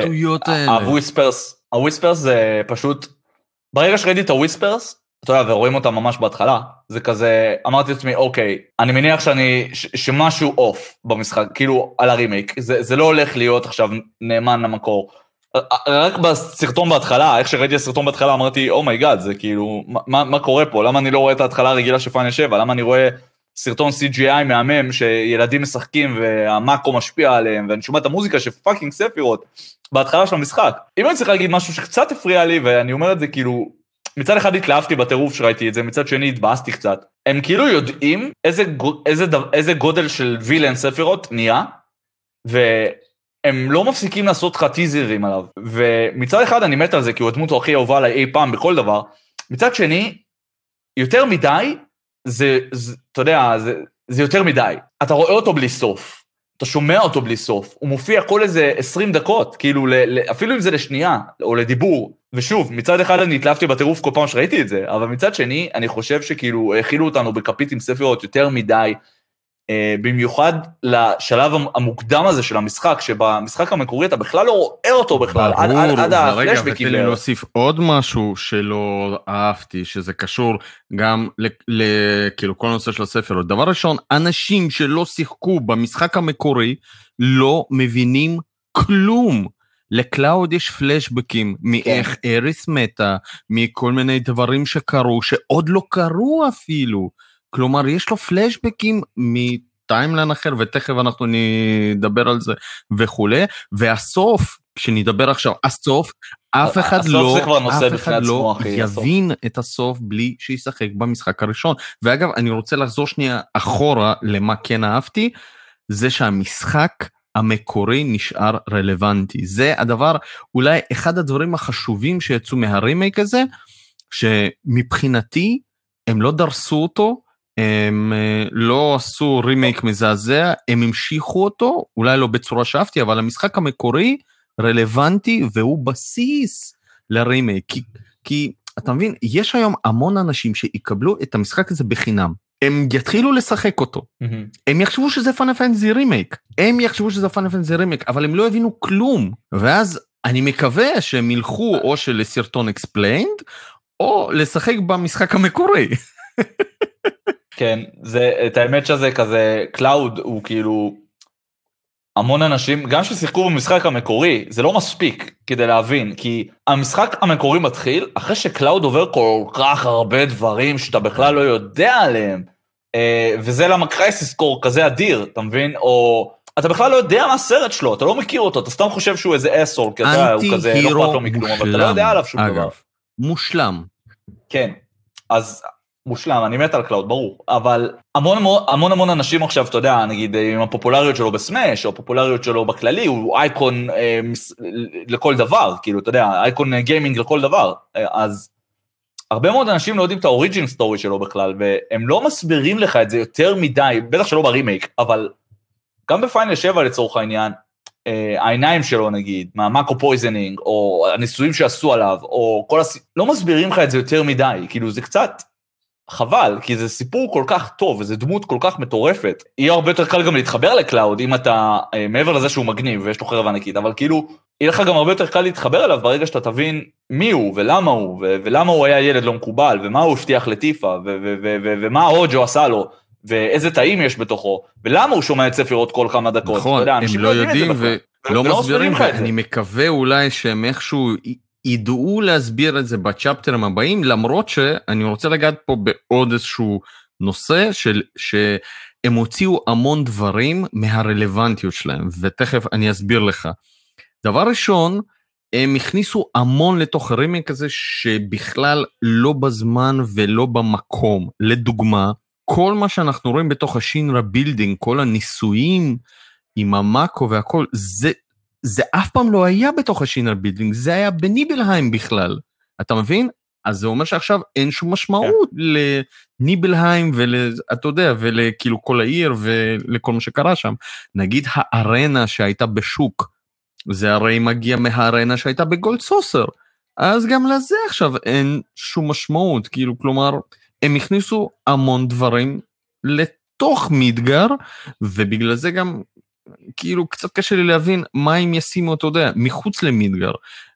שהוויספרס זה פשוט, ברגע שראיתי את הוויספרס, אתה יודע, ורואים אותם ממש בהתחלה, זה כזה, אמרתי לעצמי, אוקיי, אני מניח שמשהו אוף במשחק, כאילו על הרימייק, זה לא הולך להיות עכשיו נאמן למקור. רק בסרטון בהתחלה, איך שראיתי הסרטון בהתחלה, אמרתי, אומייגאד, זה כאילו, מה קורה פה? למה אני לא רואה את ההתחלה הרגילה של פיינל 7? למה אני רואה סרטון CGI מהמם, שילדים משחקים והמאקרו משפיע עליהם, ואני שומע את המוזיקה של פאקינג ספירות, בהתחלה של המשחק. אם אני צריך להגיד משהו שקצת הפריע לי, ואני אומר את זה כאילו, מצד אחד התלהבתי בטירוף שראיתי את זה, מצד שני התבאסתי קצת. הם כאילו יודעים איזה גודל של וילן ספירות נהיה, הם לא מפסיקים לעשות לך טיזרים עליו, ומצד אחד אני מת על זה, כי הוא הדמות הכי אהובה עליי אי פעם בכל דבר, מצד שני, יותר מדי, אתה יודע, זה יותר מדי. אתה רואה אותו בלי סוף, אתה שומע אותו בלי סוף, הוא מופיע כל איזה 20 דקות, כאילו, אפילו אם זה לשנייה, או לדיבור, ושוב, מצד אחד אני התלהבתי בטירוף כל פעם שראיתי את זה, אבל מצד שני, אני חושב שכאילו, הכילו אותנו בכפית עם ספירות יותר מדי, במיוחד לשלב המוקדם הזה של המשחק, שבמשחק המקורי אתה בכלל לא רואה אותו בכלל, עד הפלשבקים. רגע, ותן לי להוסיף עוד משהו שלא אהבתי, שזה קשור גם כאילו כל הנושא של הספר. דבר ראשון, אנשים שלא שיחקו במשחק המקורי, לא מבינים כלום. לקלאוד יש פלשבקים, מאיך אריס מתה, מכל מיני דברים שקרו, שעוד לא קרו אפילו. כלומר, יש לו פלשבקים מטיימליין אחר, ותכף אנחנו נדבר על זה וכו'. והסוף, כשנדבר עכשיו, הסוף, אף אחד לא יבין את הסוף בלי שישחק במשחק הראשון. ואגב, אני רוצה לחזור שנייה אחורה למה כן אהבתי, זה שהמשחק המקורי נשאר רלוונטי. זה הדבר, אולי אחד הדברים החשובים שיצאו מהרימייק הזה, שמבחינתי הם לא דרסו אותו, הם לא עשו רימייק מזעזע, הם המשיכו אותו, אולי לא בצורה שאפתי, אבל המשחק המקורי רלוונטי, והוא בסיס לרימייק, כי אתה מבין, יש היום המון אנשים שיקבלו את המשחק הזה בחינם, הם יתחילו לשחק אותו, הם יחשבו שזה פיינל פנטזי רימייק, אבל הם לא הבינו כלום, ואז אני מקווה שהם ילכו או שלסרטון אקספליינד, או לשחק במשחק המקורי. כן, את האמת שזה כזה, קלאוד הוא כאילו, המון אנשים, גם ששיחקו במשחק המקורי, זה לא מספיק כדי להבין, כי המשחק המקורי מתחיל אחרי שקלאוד עובר כל כך הרבה דברים שאתה בכלל לא יודע עליהם, וזה למה קרייסיס קור כזה אדיר, אתה מבין? או אתה בכלל לא יודע מה הסרט שלו, אתה לא מכיר אותו, אתה סתם חושב שהוא איזה אסול, כי אתה הוא כזה לא אכפת לו מכלום, אבל אתה לא יודע עליו שום דבר. מושלם. כן, אז מושלם, אני מת על קלאוד, ברור, אבל המון אנשים עכשיו, אתה יודע, נגיד, עם הפופולריות שלו בסמש, או הפופולריות שלו בכללי, הוא אייקון לכל דבר, כאילו, אתה יודע, אייקון גיימינג לכל דבר, אז הרבה מאוד אנשים לא יודעים את האוריג'ין סטורי שלו בכלל, והם לא מסבירים לך את זה יותר מדי, בטח שלא ברימייק, אבל גם בפיינל 7 לצורך העניין, העיניים שלו נגיד, מהמאקו פויזנינג, או הניסויים שעשו עליו, או לא מסבירים לך את זה יותר מדי, כאילו זה קצת חבל, כי זה סיפור כל כך טוב, וזה דמות כל כך מטורפת, יהיה הרבה יותר קל גם להתחבר לקלאוד, אם אתה, מעבר לזה שהוא מגניב, ויש לו חרב ענקית, אבל כאילו, יהיה לך גם הרבה יותר קל להתחבר אליו, ברגע שאתה תבין מי הוא, ולמה הוא, ולמה הוא היה ילד לא מקובל, ומה הוא הבטיח לטיפה, ומה אוג'ו עשה לו, ואיזה טעים יש בתוכו, ולמה הוא שומע את ספירות כל כמה דקות. נכון, הם לא יודעים ולא מסבירים, ואני מקווה אולי שהם איכשהו ידעו להסביר את זה בצ'פטרים הבאים, למרות שאני רוצה לגעת פה בעוד איזשהו נושא, שהם הוציאו המון דברים מהרלוונטיות שלהם, ותכף אני אסביר לך. דבר ראשון, הם הכניסו המון לתוך הרימיק הזה, שבכלל לא בזמן ולא במקום. לדוגמה, כל מה שאנחנו רואים בתוך השינרה בילדינג, כל הניסויים עם המאקו והכל, זה אף פעם לא היה בתוך השינרה בילדינג, זה היה בניבלהיים בכלל. אתה מבין? אז זה אומר שעכשיו אין שום משמעות לניבלהיים אתה יודע, ולכאילו כל העיר ולכל מה שקרה שם. נגיד הארנה שהייתה בשוק, זה הרי מגיע מהארנה שהייתה בגולד סוסר. אז גם לזה עכשיו אין שום משמעות, כאילו כלומר, הם הכניסו המון דברים לתוך מידגר, ובגלל זה גם, כאילו, קצת קשה לי להבין מה הם ישימו, אתה יודע, מחוץ למידגר,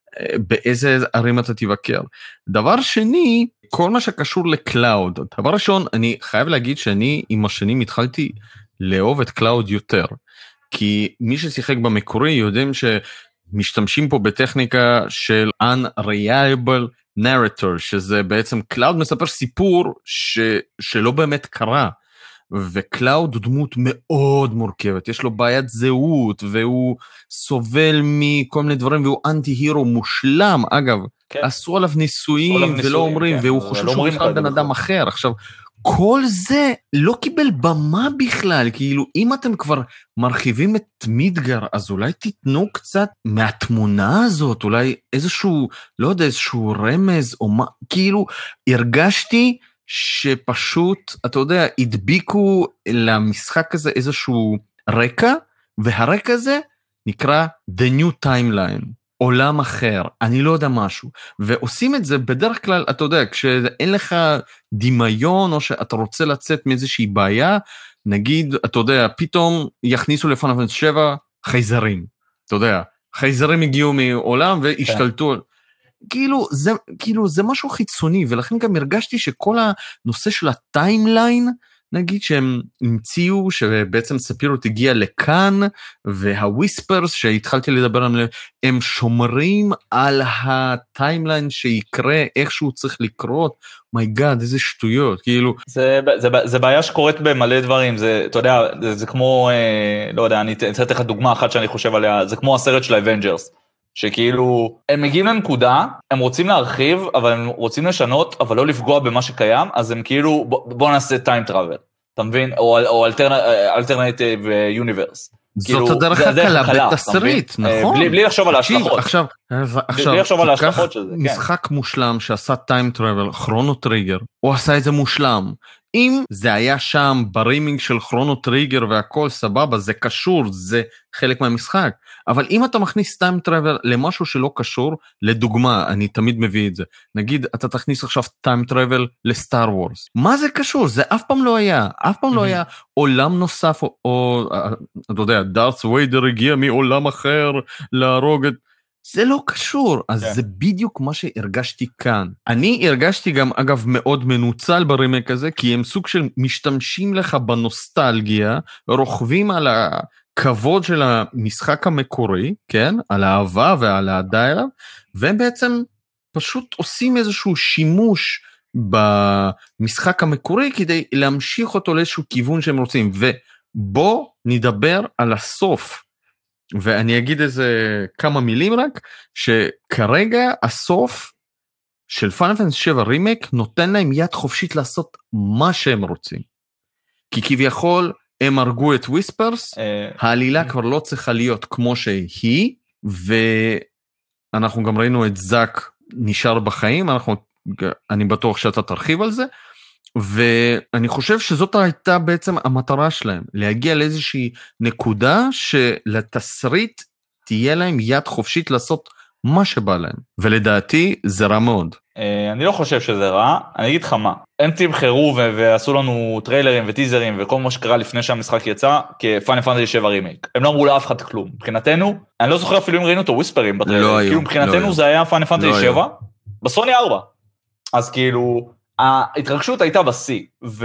באיזה ערים אתה תבקר. דבר שני, כל מה שקשור לקלאוד, דבר ראשון, אני חייב להגיד שאני עם השנים התחלתי לאהוב את קלאוד יותר, כי מי ששיחק במקורי יודעים שמשתמשים פה בטכניקה של unreliable narrator, שזה בעצם קלאוד מספר סיפור שלא באמת קרה, וקלאוד הוא דמות מאוד מורכבת, יש לו בעיית זהות, והוא סובל מכל מיני דברים, והוא אנטי-הירו מושלם, אגב, כן. עשו עליו ניסויים ולא אומרים, כן. והוא חושב לא שהוא בכלל בן אדם אחר, עכשיו, כל זה לא קיבל במה בכלל, כאילו אם אתם כבר מרחיבים את מידגר, אז אולי תיתנו קצת מהתמונה הזאת, אולי איזשהו, לא יודע, איזשהו רמז, או מה, כאילו הרגשתי שפשוט, אתה יודע, הדביקו למשחק הזה איזשהו רקע, והרקע הזה נקרא The New Timeline. עולם אחר, אני לא יודע משהו, ועושים את זה בדרך כלל, אתה יודע, כשאין לך דמיון, או שאתה רוצה לצאת מאיזושהי בעיה, נגיד, אתה יודע, פתאום יכניסו לפניו 7 חייזרים, אתה יודע, חייזרים הגיעו מעולם והשתלטו, כאילו זה משהו חיצוני, ולכן גם הרגשתי שכל הנושא של הטיימליין, נגיד שהם המציאו שבעצם ספירו תגיע לכאן, והוויספרס שהתחלתי לדבר עליהם, הם שומרים על הטיימליין שיקרה, איך שהוא צריך לקרות, מי גאד, איזה שטויות, כאילו. זה בעיה שקורית במלא דברים, זה, אתה יודע, זה כמו, לא יודע, אני אתן לך דוגמה אחת שאני חושב עליה, זה כמו הסרט של האבנג'רס, שכאילו, הם מגיעים לנקודה, הם רוצים להרחיב, אבל הם רוצים לשנות, אבל לא לפגוע במה שקיים, אז הם כאילו, בוא נעשה טיים טראבל, אתה מבין? או אלטרנטיב יוניברס. זאת הדרך הקלה בתסריט, נכון? בלי לחשוב על ההשלכות. עכשיו, תיקח משחק מושלם שעשה טיים טראבל, כרונו טריגר, הוא עשה את זה מושלם. אם זה היה שם ברימינג של כרונו טריגר והכל סבבה, זה קשור, זה חלק מהמשחק. אבל אם אתה מכניס טיים טראבל למשהו שלא קשור, לדוגמה, אני תמיד מביא את זה, נגיד, אתה תכניס עכשיו טיים טראבל לסטאר וורס. מה זה קשור? זה אף פעם לא היה. אף פעם לא היה עולם נוסף, או אתה יודע, דארת' ויידר הגיע מעולם אחר להרוג את... זה לא קשור, אז זה בדיוק מה שהרגשתי כאן. אני הרגשתי גם, אגב, מאוד מנוצל ברימייק הזה, כי הם סוג של משתמשים לך בנוסטלגיה, רוכבים על הכבוד של המשחק המקורי, כן? על האהבה ועל האהדה אליו, והם בעצם פשוט עושים איזשהו שימוש במשחק המקורי כדי להמשיך אותו לאיזשהו כיוון שהם רוצים, ובוא נדבר על הסוף, ואני אגיד איזה כמה מילים רק, שכרגע הסוף של פיינל פנטסי 7 רימייק נותן להם יד חופשית לעשות מה שהם רוצים, כי כביכול הם הרגו את וויספרס, העלילה כבר לא צריכה להיות כמו שהיא, ואנחנו גם ראינו את זאק נשאר בחיים, אני בטוח שאתה תרחיב על זה, ואני חושב שזאת הייתה בעצם המטרה שלהם, להגיע לאיזושהי נקודה שלתסריט תהיה להם יד חופשית לעשות מה שבא להם, ולדעתי זה רע מאוד. אני לא חושב שזה רע, אני אגיד לך מה, הם תמחרו ועשו לנו טריילרים וטיזרים וכל מה שקרה לפני שהמשחק יצא, כפיינל פנטסי 7 רימייק, הם לא אמרו לאף אחד כלום, מבחינתנו, אני לא זוכר אפילו אם ראינו אותו וויספרים בטריילר, כאילו מבחינתנו זה היה פיינל פנטסי 7, בסוני 4, אז כאילו, ההתרגשות הייתה בסי,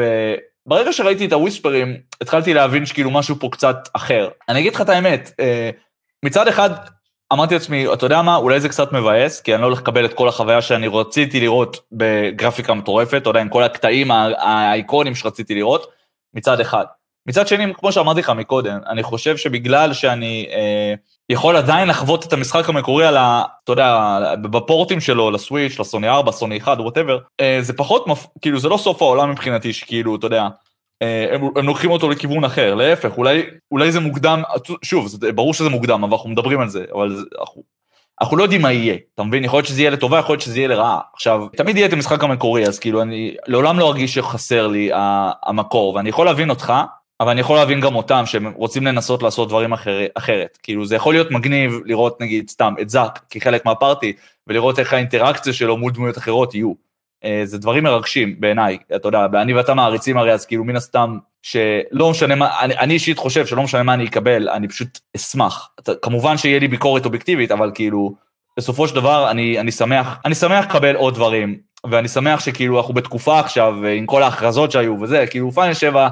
וברגע שראיתי את הוויספרים, התחלתי להבין שכאילו משהו פה קצת אחר, אני אגיד לך את האמת, מצד אחד, אמרתי לעצמי, אתה יודע מה, אולי זה קצת מבאס, כי אני לא הולך לקבל את כל החוויה שאני רציתי לראות בגרפיקה מטורפת, אתה יודע, עם כל הקטעים האיקונים שרציתי לראות, מצד אחד. מצד שני, כמו שאמרתי לך מקודם, אני חושב שבגלל שאני יכול עדיין לחוות את המשחק המקורי על אתה יודע, בפורטים שלו, לסוויץ', לסוני 4, סוני 1, whatever, זה פחות, כאילו זה לא סוף העולם מבחינתי, שכאילו, אתה יודע, הם לוקחים אותו לכיוון אחר, להפך, אולי זה מוקדם, שוב, ברור שזה מוקדם, אבל אנחנו מדברים על זה, אבל אנחנו לא יודעים מה יהיה, אתה מבין? יכול להיות שזה יהיה לטובה, יכול להיות שזה יהיה לרעה. עכשיו, תמיד יהיה את המשחק המקורי, אז כאילו אני לעולם לא ארגיש שחסר לי המקור, ואני יכול להבין אותך, אבל אני יכול להבין גם אותם, שהם רוצים לנסות לעשות דברים אחרת. כאילו זה יכול להיות מגניב לראות נגיד סתם את זאק, כחלק מהפארטי, ולראות איך האינטראקציה שלו מול דמויות אחרות יהיו. זה דברים מרגשים בעיניי, אתה יודע, אני ואתה מעריצים הרי, אז כאילו מן הסתם, שלא משנה מה, אני אישית חושב שלא משנה מה אני אקבל, אני פשוט אשמח. כמובן שיהיה לי ביקורת אובייקטיבית, אבל כאילו, בסופו של דבר אני שמח לקבל עוד דברים, ואני שמח שכאילו אנחנו בתקופה עכשיו, עם כל ההכרזות שהיו וזה, כאילו פיינל 7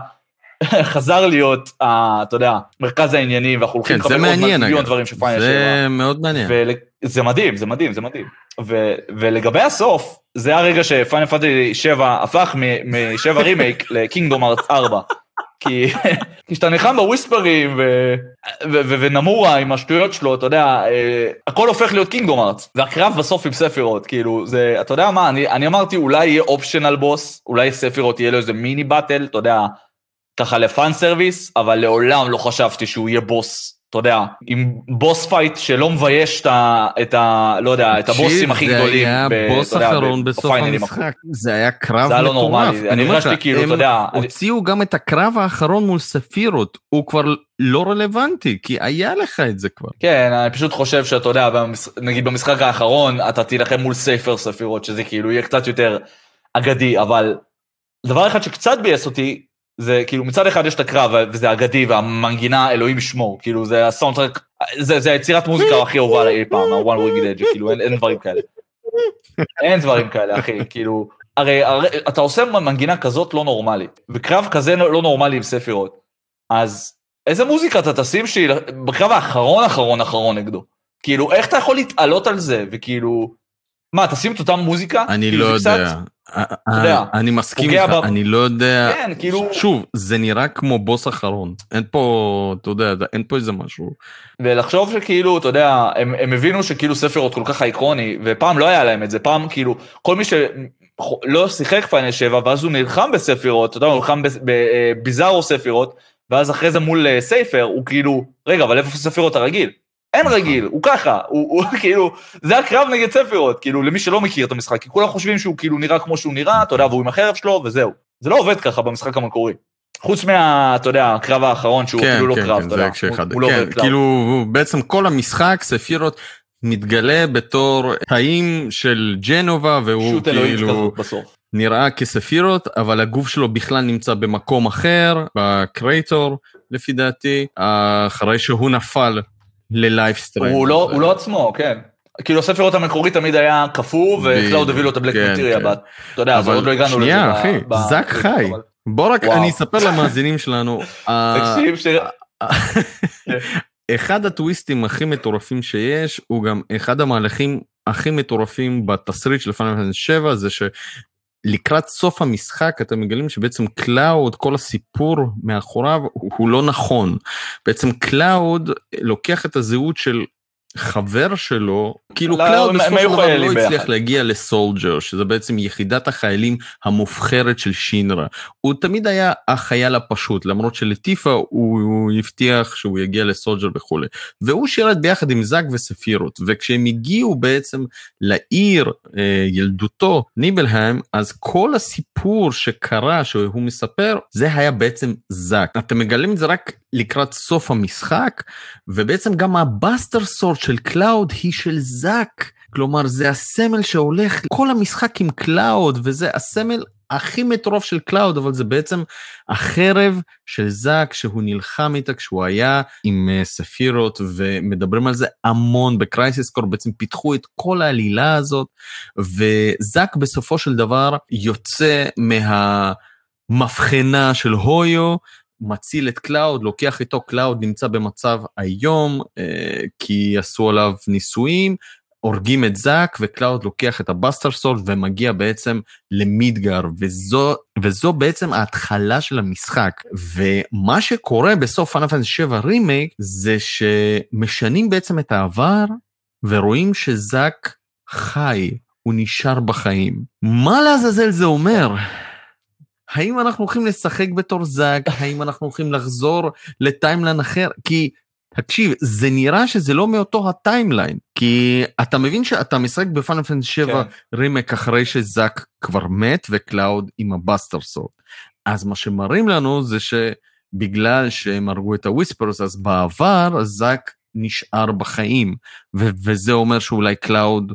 חזר להיות, אתה יודע, מרכז העניינים, ואנחנו הולכים לקבל עוד מיליון דברים של פיינל 7. זה מאוד מעניין. זה מדהים, זה מדהים, זה מדהים. ולגבי הסוף, זה הרגע שפיינל פנטסי 7 הפך מ7 רימייק לקינגדום ארץ 4. כי כשאתה נחם בוויספרים ונמורה עם השטויות שלו, אתה יודע, הכל הופך להיות קינגדום ארץ. והקרב בסוף עם ספירות, כאילו, זה, אתה יודע מה, אני אמרתי אולי יהיה אופשנל בוס, אולי ספירות יהיה לו איזה מיני באטל, אתה יודע, ככה לפן סרוויס, אבל לעולם לא חשבתי שהוא יהיה בוס. אתה יודע, עם בוס פייט שלא מבייש לא יודע, את הבוסים הכי גדולים. זה היה בוס אחרון בסוף המשחק, זה היה קרב מטורף. אני הרגשתי כאילו, אתה יודע, הוציאו גם את הקרב האחרון מול ספירות, הוא כבר לא רלוונטי, כי היה לך את זה כבר. כן, אני פשוט חושב שאתה יודע, נגיד במשחק האחרון, אתה תילחם מול ספירות, שזה כאילו יהיה קצת יותר אגדי, אבל דבר אחד שקצת בייס אותי, זה כאילו מצד אחד יש את הקרב, וזה אגדי, והמנגינה אלוהים ישמור, כאילו זה הסאונדטרק, זה היצירת מוזיקה הכי אהובה אי פעם, ה-One Winged Edge, כאילו אין דברים כאלה. אין דברים כאלה, אחי, כאילו, הרי אתה עושה מנגינה כזאת לא נורמלית, וקרב כזה לא נורמלי עם ספירות, אז איזה מוזיקה אתה תשים בקרב האחרון נגדו? כאילו, איך אתה יכול להתעלות על זה, וכאילו, מה, תשים את אותה מוזיקה? אני לא יודע. אני מסכים איתך, אני לא יודע, שוב, זה נראה כמו בוס אחרון, אין פה, אתה יודע, אין פה איזה משהו. ולחשוב שכאילו, אתה יודע, הם הבינו שכאילו ספירות כל כך איקוני, ופעם לא היה להם את זה, פעם כאילו, כל מי שלא שיחק פיינל 7, ואז הוא נלחם בספירות, אתה יודע, הוא נלחם בביזארו ספירות, ואז אחרי זה מול סייפר, הוא כאילו, רגע, אבל איפה ספירות הרגיל? אין רגיל, הוא ככה, הוא כאילו, זה הקרב נגד ספירות, כאילו, למי שלא מכיר את המשחק, כי כולם חושבים שהוא כאילו נראה כמו שהוא נראה, אתה יודע, והוא עם החרב שלו, וזהו. זה לא עובד ככה במשחק המקורי. חוץ אתה יודע, הקרב האחרון, שהוא כאילו לא קרב, אתה יודע, הוא לא עובד קרב. כאילו, בעצם כל המשחק, ספירות, מתגלה בתור תאים של ג'נובה, והוא כאילו נראה כספירות, אבל הגוף שלו בכלל נמצא במקום אחר, בקרייטור, לפי דעתי, אחרי שהוא נפל ללייפסטרים. הוא לא עצמו, כן. כאילו הספירות המקורית תמיד היה קפוא, וקלאוד הביא לו את הבלק מטריה, אתה יודע, אז עוד לא הגענו לזה. שנייה, אחי, זאק חי. בוא רק אני אספר למאזינים שלנו. תקשיב, אחד הטוויסטים הכי מטורפים שיש, הוא גם אחד המהלכים הכי מטורפים בתסריט של פיינל פנטסי 7, זה שלקראת סוף המשחק אתם מגלים שבעצם קלאוד, כל הסיפור מאחוריו הוא לא נכון. בעצם קלאוד לוקח את הזהות של חבר שלו, כאילו קלאוד בסופו של דבר לא הצליח להגיע לסולג'ר, שזה בעצם יחידת החיילים המובחרת של שינרה. הוא תמיד היה החייל הפשוט, למרות שלטיפה הוא הבטיח שהוא יגיע לסולג'ר וכו'. והוא שירת ביחד עם זאק וספירות, וכשהם הגיעו בעצם לעיר ילדותו, ניבלהיים, אז כל הסיפור שקרה, שהוא מספר, זה היה בעצם זאק. אתם מגלים את זה רק לקראת סוף המשחק, ובעצם גם הבאסטר סורד של קלאוד היא של זאק, כלומר זה הסמל שהולך כל המשחק עם קלאוד, וזה הסמל הכי מטורף של קלאוד, אבל זה בעצם החרב של זאק שהוא נלחם איתה כשהוא היה עם ספירות, ומדברים על זה המון בקרייסיס קור, בעצם פיתחו את כל העלילה הזאת, וזאק בסופו של דבר יוצא מהמבחנה של הויו, מציל את קלאוד, לוקח איתו, קלאוד נמצא במצב היום, כי עשו עליו ניסויים, הורגים את זאק, וקלאוד לוקח את הבאסטר סורד, ומגיע בעצם למידגר, וזו בעצם ההתחלה של המשחק, ומה שקורה בסוף פיינל פנטסי 7 רימייק, זה שמשנים בעצם את העבר, ורואים שזאק חי, הוא נשאר בחיים. מה לעזאזל זה אומר? האם אנחנו הולכים לשחק בתור זאק? האם אנחנו הולכים לחזור לטיימליין אחר? כי, תקשיב, זה נראה שזה לא מאותו הטיימליין, כי אתה מבין שאתה משחק בפיינל פנטסי 7 רימייק אחרי שזאק כבר מת, וקלאוד עם הבאסטר סורד. אז מה שמראים לנו זה שבגלל שהם הרגו את הוויספרס, אז בעבר זאק נשאר בחיים, וזה אומר שאולי קלאוד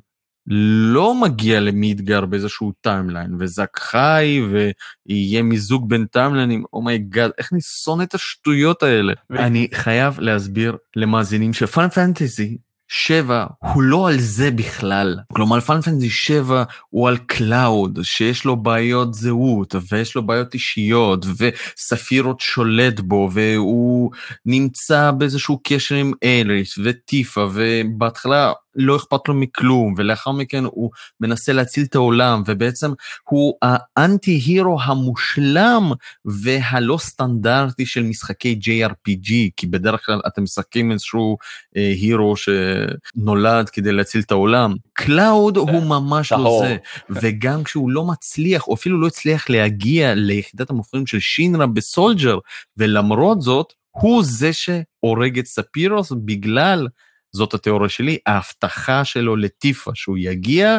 לא מגיע למידגר באיזשהו טיימליין, וזאק חי, ויהיה מיזוג בין טיימליינים, אומייגאד, איך אני שונא את השטויות האלה. אני חייב להסביר למאזינים שפיינל פנטסי 7 הוא לא על זה בכלל. כלומר, פיינל פנטסי 7 הוא על קלאוד, שיש לו בעיות זהות, ויש לו בעיות אישיות, וספירות שולט בו, והוא נמצא באיזשהו קשר עם אליס וטיפה, ובהתחלה לא אכפת לו מכלום, ולאחר מכן הוא מנסה להציל את העולם, ובעצם הוא האנטי-הירו המושלם, והלא סטנדרטי של משחקי JRPG, כי בדרך כלל אתם משחקים איזשהו הירו שנולד כדי להציל את העולם. קלאוד הוא ממש לא זה, וגם כשהוא לא מצליח, או אפילו לא הצליח להגיע ליחידת המובחרים של שינרה בסולג'ר, ולמרות זאת, הוא זה שהורג את ספירוס בגלל, זאת התיאוריה שלי, ההבטחה שלו לטיפה, שהוא יגיע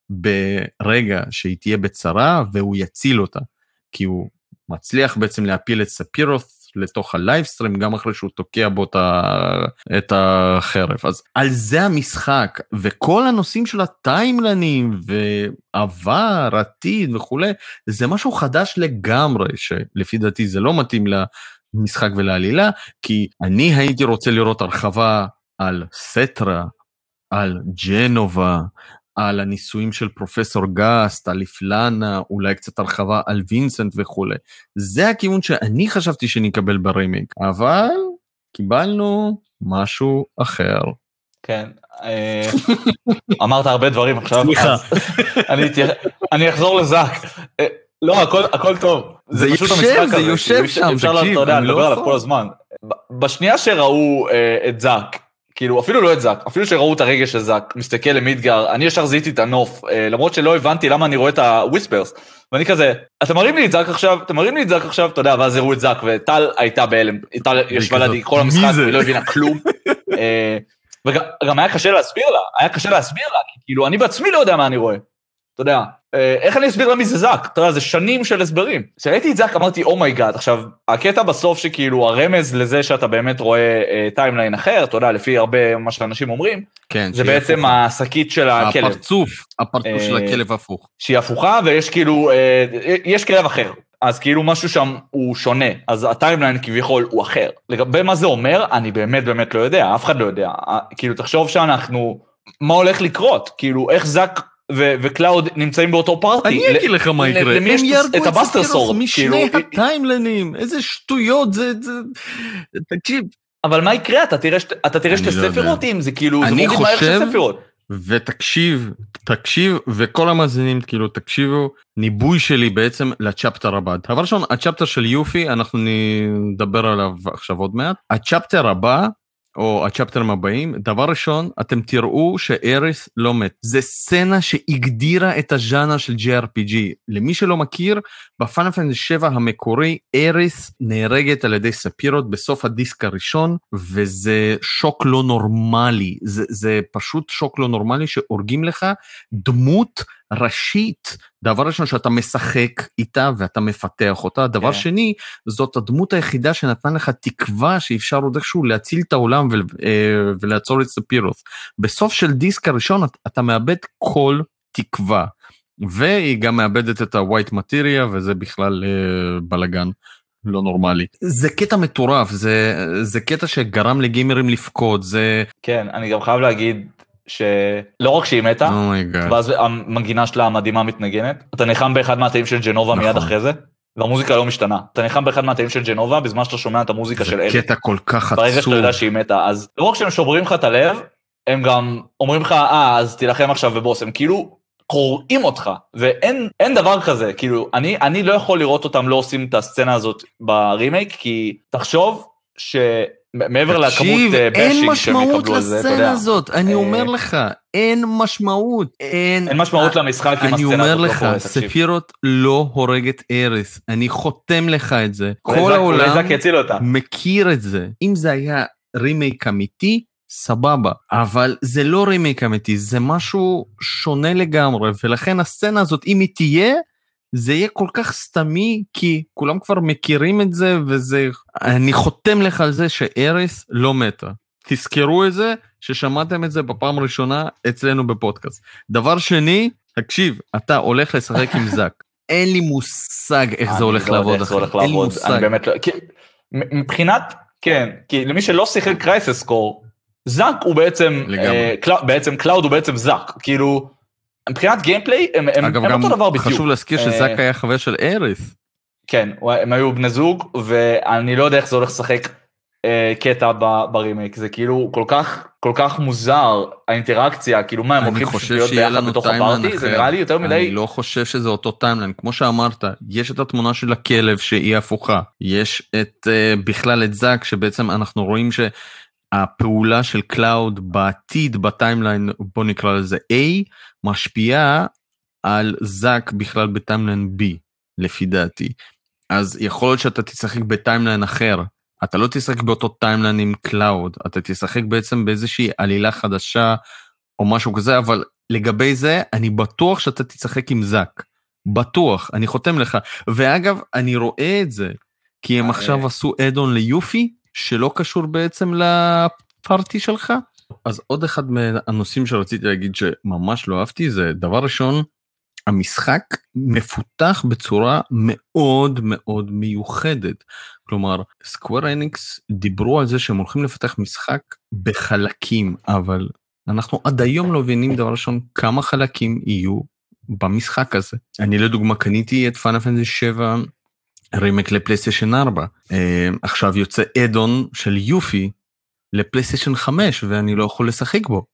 ברגע שהיא תהיה בצרה, והוא יציל אותה, כי הוא מצליח בעצם להפיל את ספירוס לתוך הלייבסטרים, גם אחרי שהוא תוקע בו את החרב. אז על זה המשחק, וכל הנושאים של הטיימלנים, ועבר, עתיד וכו', זה משהו חדש לגמרי, שלפי דעתי זה לא מתאים למשחק ולעלילה, כי אני הייתי רוצה לראות הרחבה, על סטרה, על ג'נובה, על הניסויים של פרופסור גאסט, על איפלנה, אולי קצת הרחבה על וינסנט וכו'. זה הכיוון שאני חשבתי שנקבל ברימיק, אבל קיבלנו משהו אחר. כן, אמרת הרבה דברים עכשיו, אני אחזור לזאק. לא, הכל טוב. זה יושב שם, אפשר לדבר עליו כל הזמן. בשנייה שראו את זאק, כאילו, אפילו לא את זאק, אפילו שראו את הרגש של זאק, מסתכל למידגר, אני ישר זיהיתי את הנוף, למרות שלא הבנתי למה אני רואה את הוויספרס, ואני כזה, אתם מראים לי את זאק עכשיו, אתה יודע, ואז הראו את זאק, וטל הייתה בהלם, טל ישבה לידי כל המשחק, ולא הבינה כלום, וגם היה קשה להסביר לה, כי כאילו, אני בעצמי לא יודע מה אני רואה, אתה יודע, איך אני אסביר למי זה זאק? אתה יודע, זה שנים של הסברים. כשראיתי את זאק, אמרתי, אומייגאד, עכשיו, הקטע בסוף שכאילו הרמז לזה שאתה באמת רואה טיימליין אחר, אתה יודע, לפי הרבה מה שאנשים אומרים, כן, זה בעצם השקית של הכלב. הפרצוף של הכלב הפוך. שהיא הפוכה, ויש כאילו, יש כלב אחר. אז כאילו משהו שם הוא שונה, אז הטיימליין כביכול הוא אחר. לגבי מה זה אומר, אני באמת לא יודע, אף אחד לא יודע. כאילו, תחשוב שאנחנו, מה הולך לקרות? כאילו, איך זאק וקלאוד נמצאים באותו פארטי. אני אגיד לך מה יקרה, למי יש את הבאסטר סורד? משני הטיימלנים, איזה שטויות, זה, תקשיב. אבל מה יקרה? אתה תראה שתי ספירות, זה כאילו, זה מוריד מהר של ספירות. ותקשיב, וכל המאזינים, כאילו, תקשיבו, ניבוי שלי בעצם לצ'פטר הבא. דבר ראשון, הצ'פטר של יופי, אנחנו נדבר עליו עכשיו עוד מעט. הצ'פטר הבא, או הצ'פטרים הבאים, דבר ראשון, אתם תראו שאריס לא מת. זה סצנה שהגדירה את הז'אנר של JRPG. למי שלא מכיר, בפאנל פנטסי 7 המקורי, אריס נהרגת על ידי ספירות בסוף הדיסק הראשון, וזה שוק לא נורמלי. זה פשוט שוק לא נורמלי שהורגים לך דמות ראשית. דבר ראשון שאתה משחק איתה ואתה מפתח אותה. דבר שני, זאת הדמות היחידה שנתנה לך תקווה שאפשר עוד איכשהו להציל את העולם ולעצור את ספירוס. בסוף של דיסק הראשון אתה מאבד כל תקווה, והיא גם מאבדת את ה-white material, וזה בכלל בלגן לא נורמלי. זה קטע מטורף, זה קטע שגרם לגיימרים לפקוד, זה... כן, אני גם חייב להגיד שלא רק שהיא מתה, ואז המנגינה שלה המדהימה מתנגנת, אתה נחם באחד מהתאים של ג'נובה מיד אחרי זה, והמוזיקה לא משתנה. אתה נחם באחד מהתאים של ג'נובה, בזמן שאתה שומע את המוזיקה של אלי. זה קטע כל כך עצוב. ברגע שאתה יודע שהיא מתה, אז לא רק שהם שוברים לך את הלב, הם גם אומרים לך, אז תילחם עכשיו בבוס, הם כאילו קוראים אותך, ואין דבר כזה, כאילו, אני לא יכול לראות אותם לא עושים את הסצנה הזאת ברימייק, כי תחשוב מעבר לכמות באשינג שהם יקבלו על זה, אתה יודע. לסצנה הזאת, אני אומר לך, אין משמעות. אין משמעות למשחק עם הסצנה הזאת. אני אומר לך, ספירות לא הורגת אריס, אני חותם לך את זה. כל העולם מכיר את זה. אם זה היה רימייק אמיתי, סבבה. אבל זה לא רימייק אמיתי, זה משהו שונה לגמרי, ולכן הסצנה הזאת, אם היא תהיה, זה יהיה כל כך סתמי, כי כולם כבר מכירים את זה, וזה, אני חותם לך על זה שאריס לא מתה. תזכרו את זה, ששמעתם את זה בפעם הראשונה אצלנו בפודקאסט. דבר שני, תקשיב, אתה הולך לשחק עם זק. אין לי מושג איך זה הולך לעבוד אחרי. אין לי מושג. אני באמת לא, מבחינת, כן, כי למי שלא שיחק קרייסיס קור, זק הוא בעצם קלאוד הוא בעצם זק, כאילו, מבחינת גיימפליי, הם אותו דבר בדיוק. חשוב להזכיר שזק היה חבר של אריס. כן, הם היו בני זוג, ואני לא יודע איך זה הולך לשחק קטע ברימייק, זה כאילו כל כך מוזר, האינטראקציה, כאילו מה, הם הולכים להיות ביחד בתוך הפארטי, זה נראה לי יותר מדי... אני לא חושב שזה אותו טיימליין, כמו שאמרת, יש את התמונה של הכלב שהיא הפוכה, יש בכלל את זק, שבעצם אנחנו רואים הפעולה של קלאוד בעתיד, בטיימליין, בוא נקרא לזה A, משפיעה על זק בכלל בטיימליין B, לפי דעתי. אז יכול להיות שאתה תשחק בטיימליין אחר, אתה לא תשחק באותו טיימליין עם קלאוד, אתה תשחק בעצם באיזושהי עלילה חדשה, או משהו כזה, אבל לגבי זה, אני בטוח שאתה תשחק עם זק. בטוח, אני חותם לך. ואגב, אני רואה את זה, כי הם עכשיו עשו אדון ליופי, שלא קשור בעצם לפארטי שלך. אז עוד אחד מהנושאים שרציתי להגיד שממש לא אהבתי, זה דבר ראשון, המשחק מפותח בצורה מאוד מאוד מיוחדת. כלומר, סקוואר אניקס דיברו על זה שהם הולכים לפתח משחק בחלקים, אבל אנחנו עד היום לא מבינים דבר ראשון כמה חלקים יהיו במשחק הזה. אני לדוגמה קניתי את פאנל פנטסי 7 רימייק לפלייסטיישן 4. עכשיו יוצא אדון של יופי לפלייסטיישן 5, ואני לא יכול לשחק בו.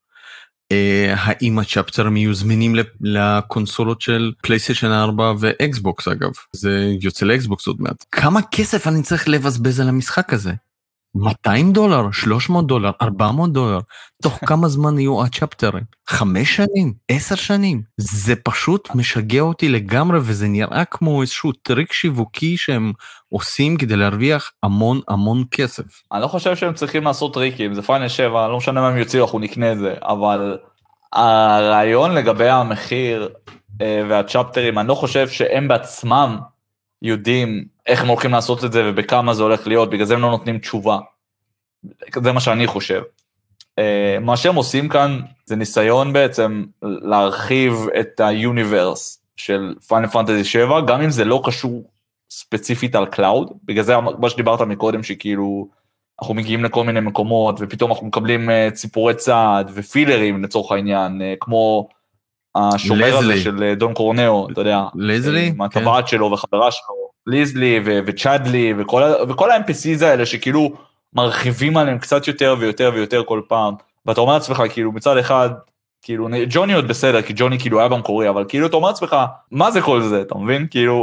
האם הצ'פטרים יהיו זמינים לקונסולות של פלייסטיישן 4 ואקסבוקס אגב? זה יוצא לאקסבוקס עוד מעט. כמה כסף אני צריך לבזבז על המשחק הזה? $200, $300, $400, תוך כמה זמן יהיו הצ'פטרים? 5 שנים? 10 שנים? זה פשוט משגע אותי לגמרי, וזה נראה כמו איזשהו טריק שיווקי שהם עושים כדי להרוויח המון המון כסף. אני לא חושב שהם צריכים לעשות טריקים, זה פיינל 7, לא משנה מה הם יוציאו, אנחנו נקנה את זה, אבל הרעיון לגבי המחיר והצ'פטרים, אני לא חושב שהם בעצמם יודעים איך הם הולכים לעשות את זה ובכמה זה הולך להיות, בגלל זה הם לא נותנים תשובה. זה מה שאני חושב. מה שהם עושים כאן זה ניסיון בעצם להרחיב את היוניברס של פיינל פנטסי 7, גם אם זה לא קשור ספציפית על קלאוד, בגלל זה מה שדיברת מקודם שכאילו אנחנו מגיעים לכל מיני מקומות ופתאום אנחנו מקבלים ציפורי צעד ופילרים לצורך העניין, כמו השומר הזה של דון קורנאו, אתה יודע, ליזלי? מהטבעת שלו וחברה שלו, ליזלי וצ'אדלי וכל ה-NPCs האלה שכאילו מרחיבים עליהם קצת יותר ויותר ויותר כל פעם, ואתה אומר לעצמך כאילו מצד אחד, כאילו ג'וני עוד בסדר, כי ג'וני כאילו היה במקורי, אבל כאילו אתה אומר לעצמך, מה זה כל זה, אתה מבין? כאילו,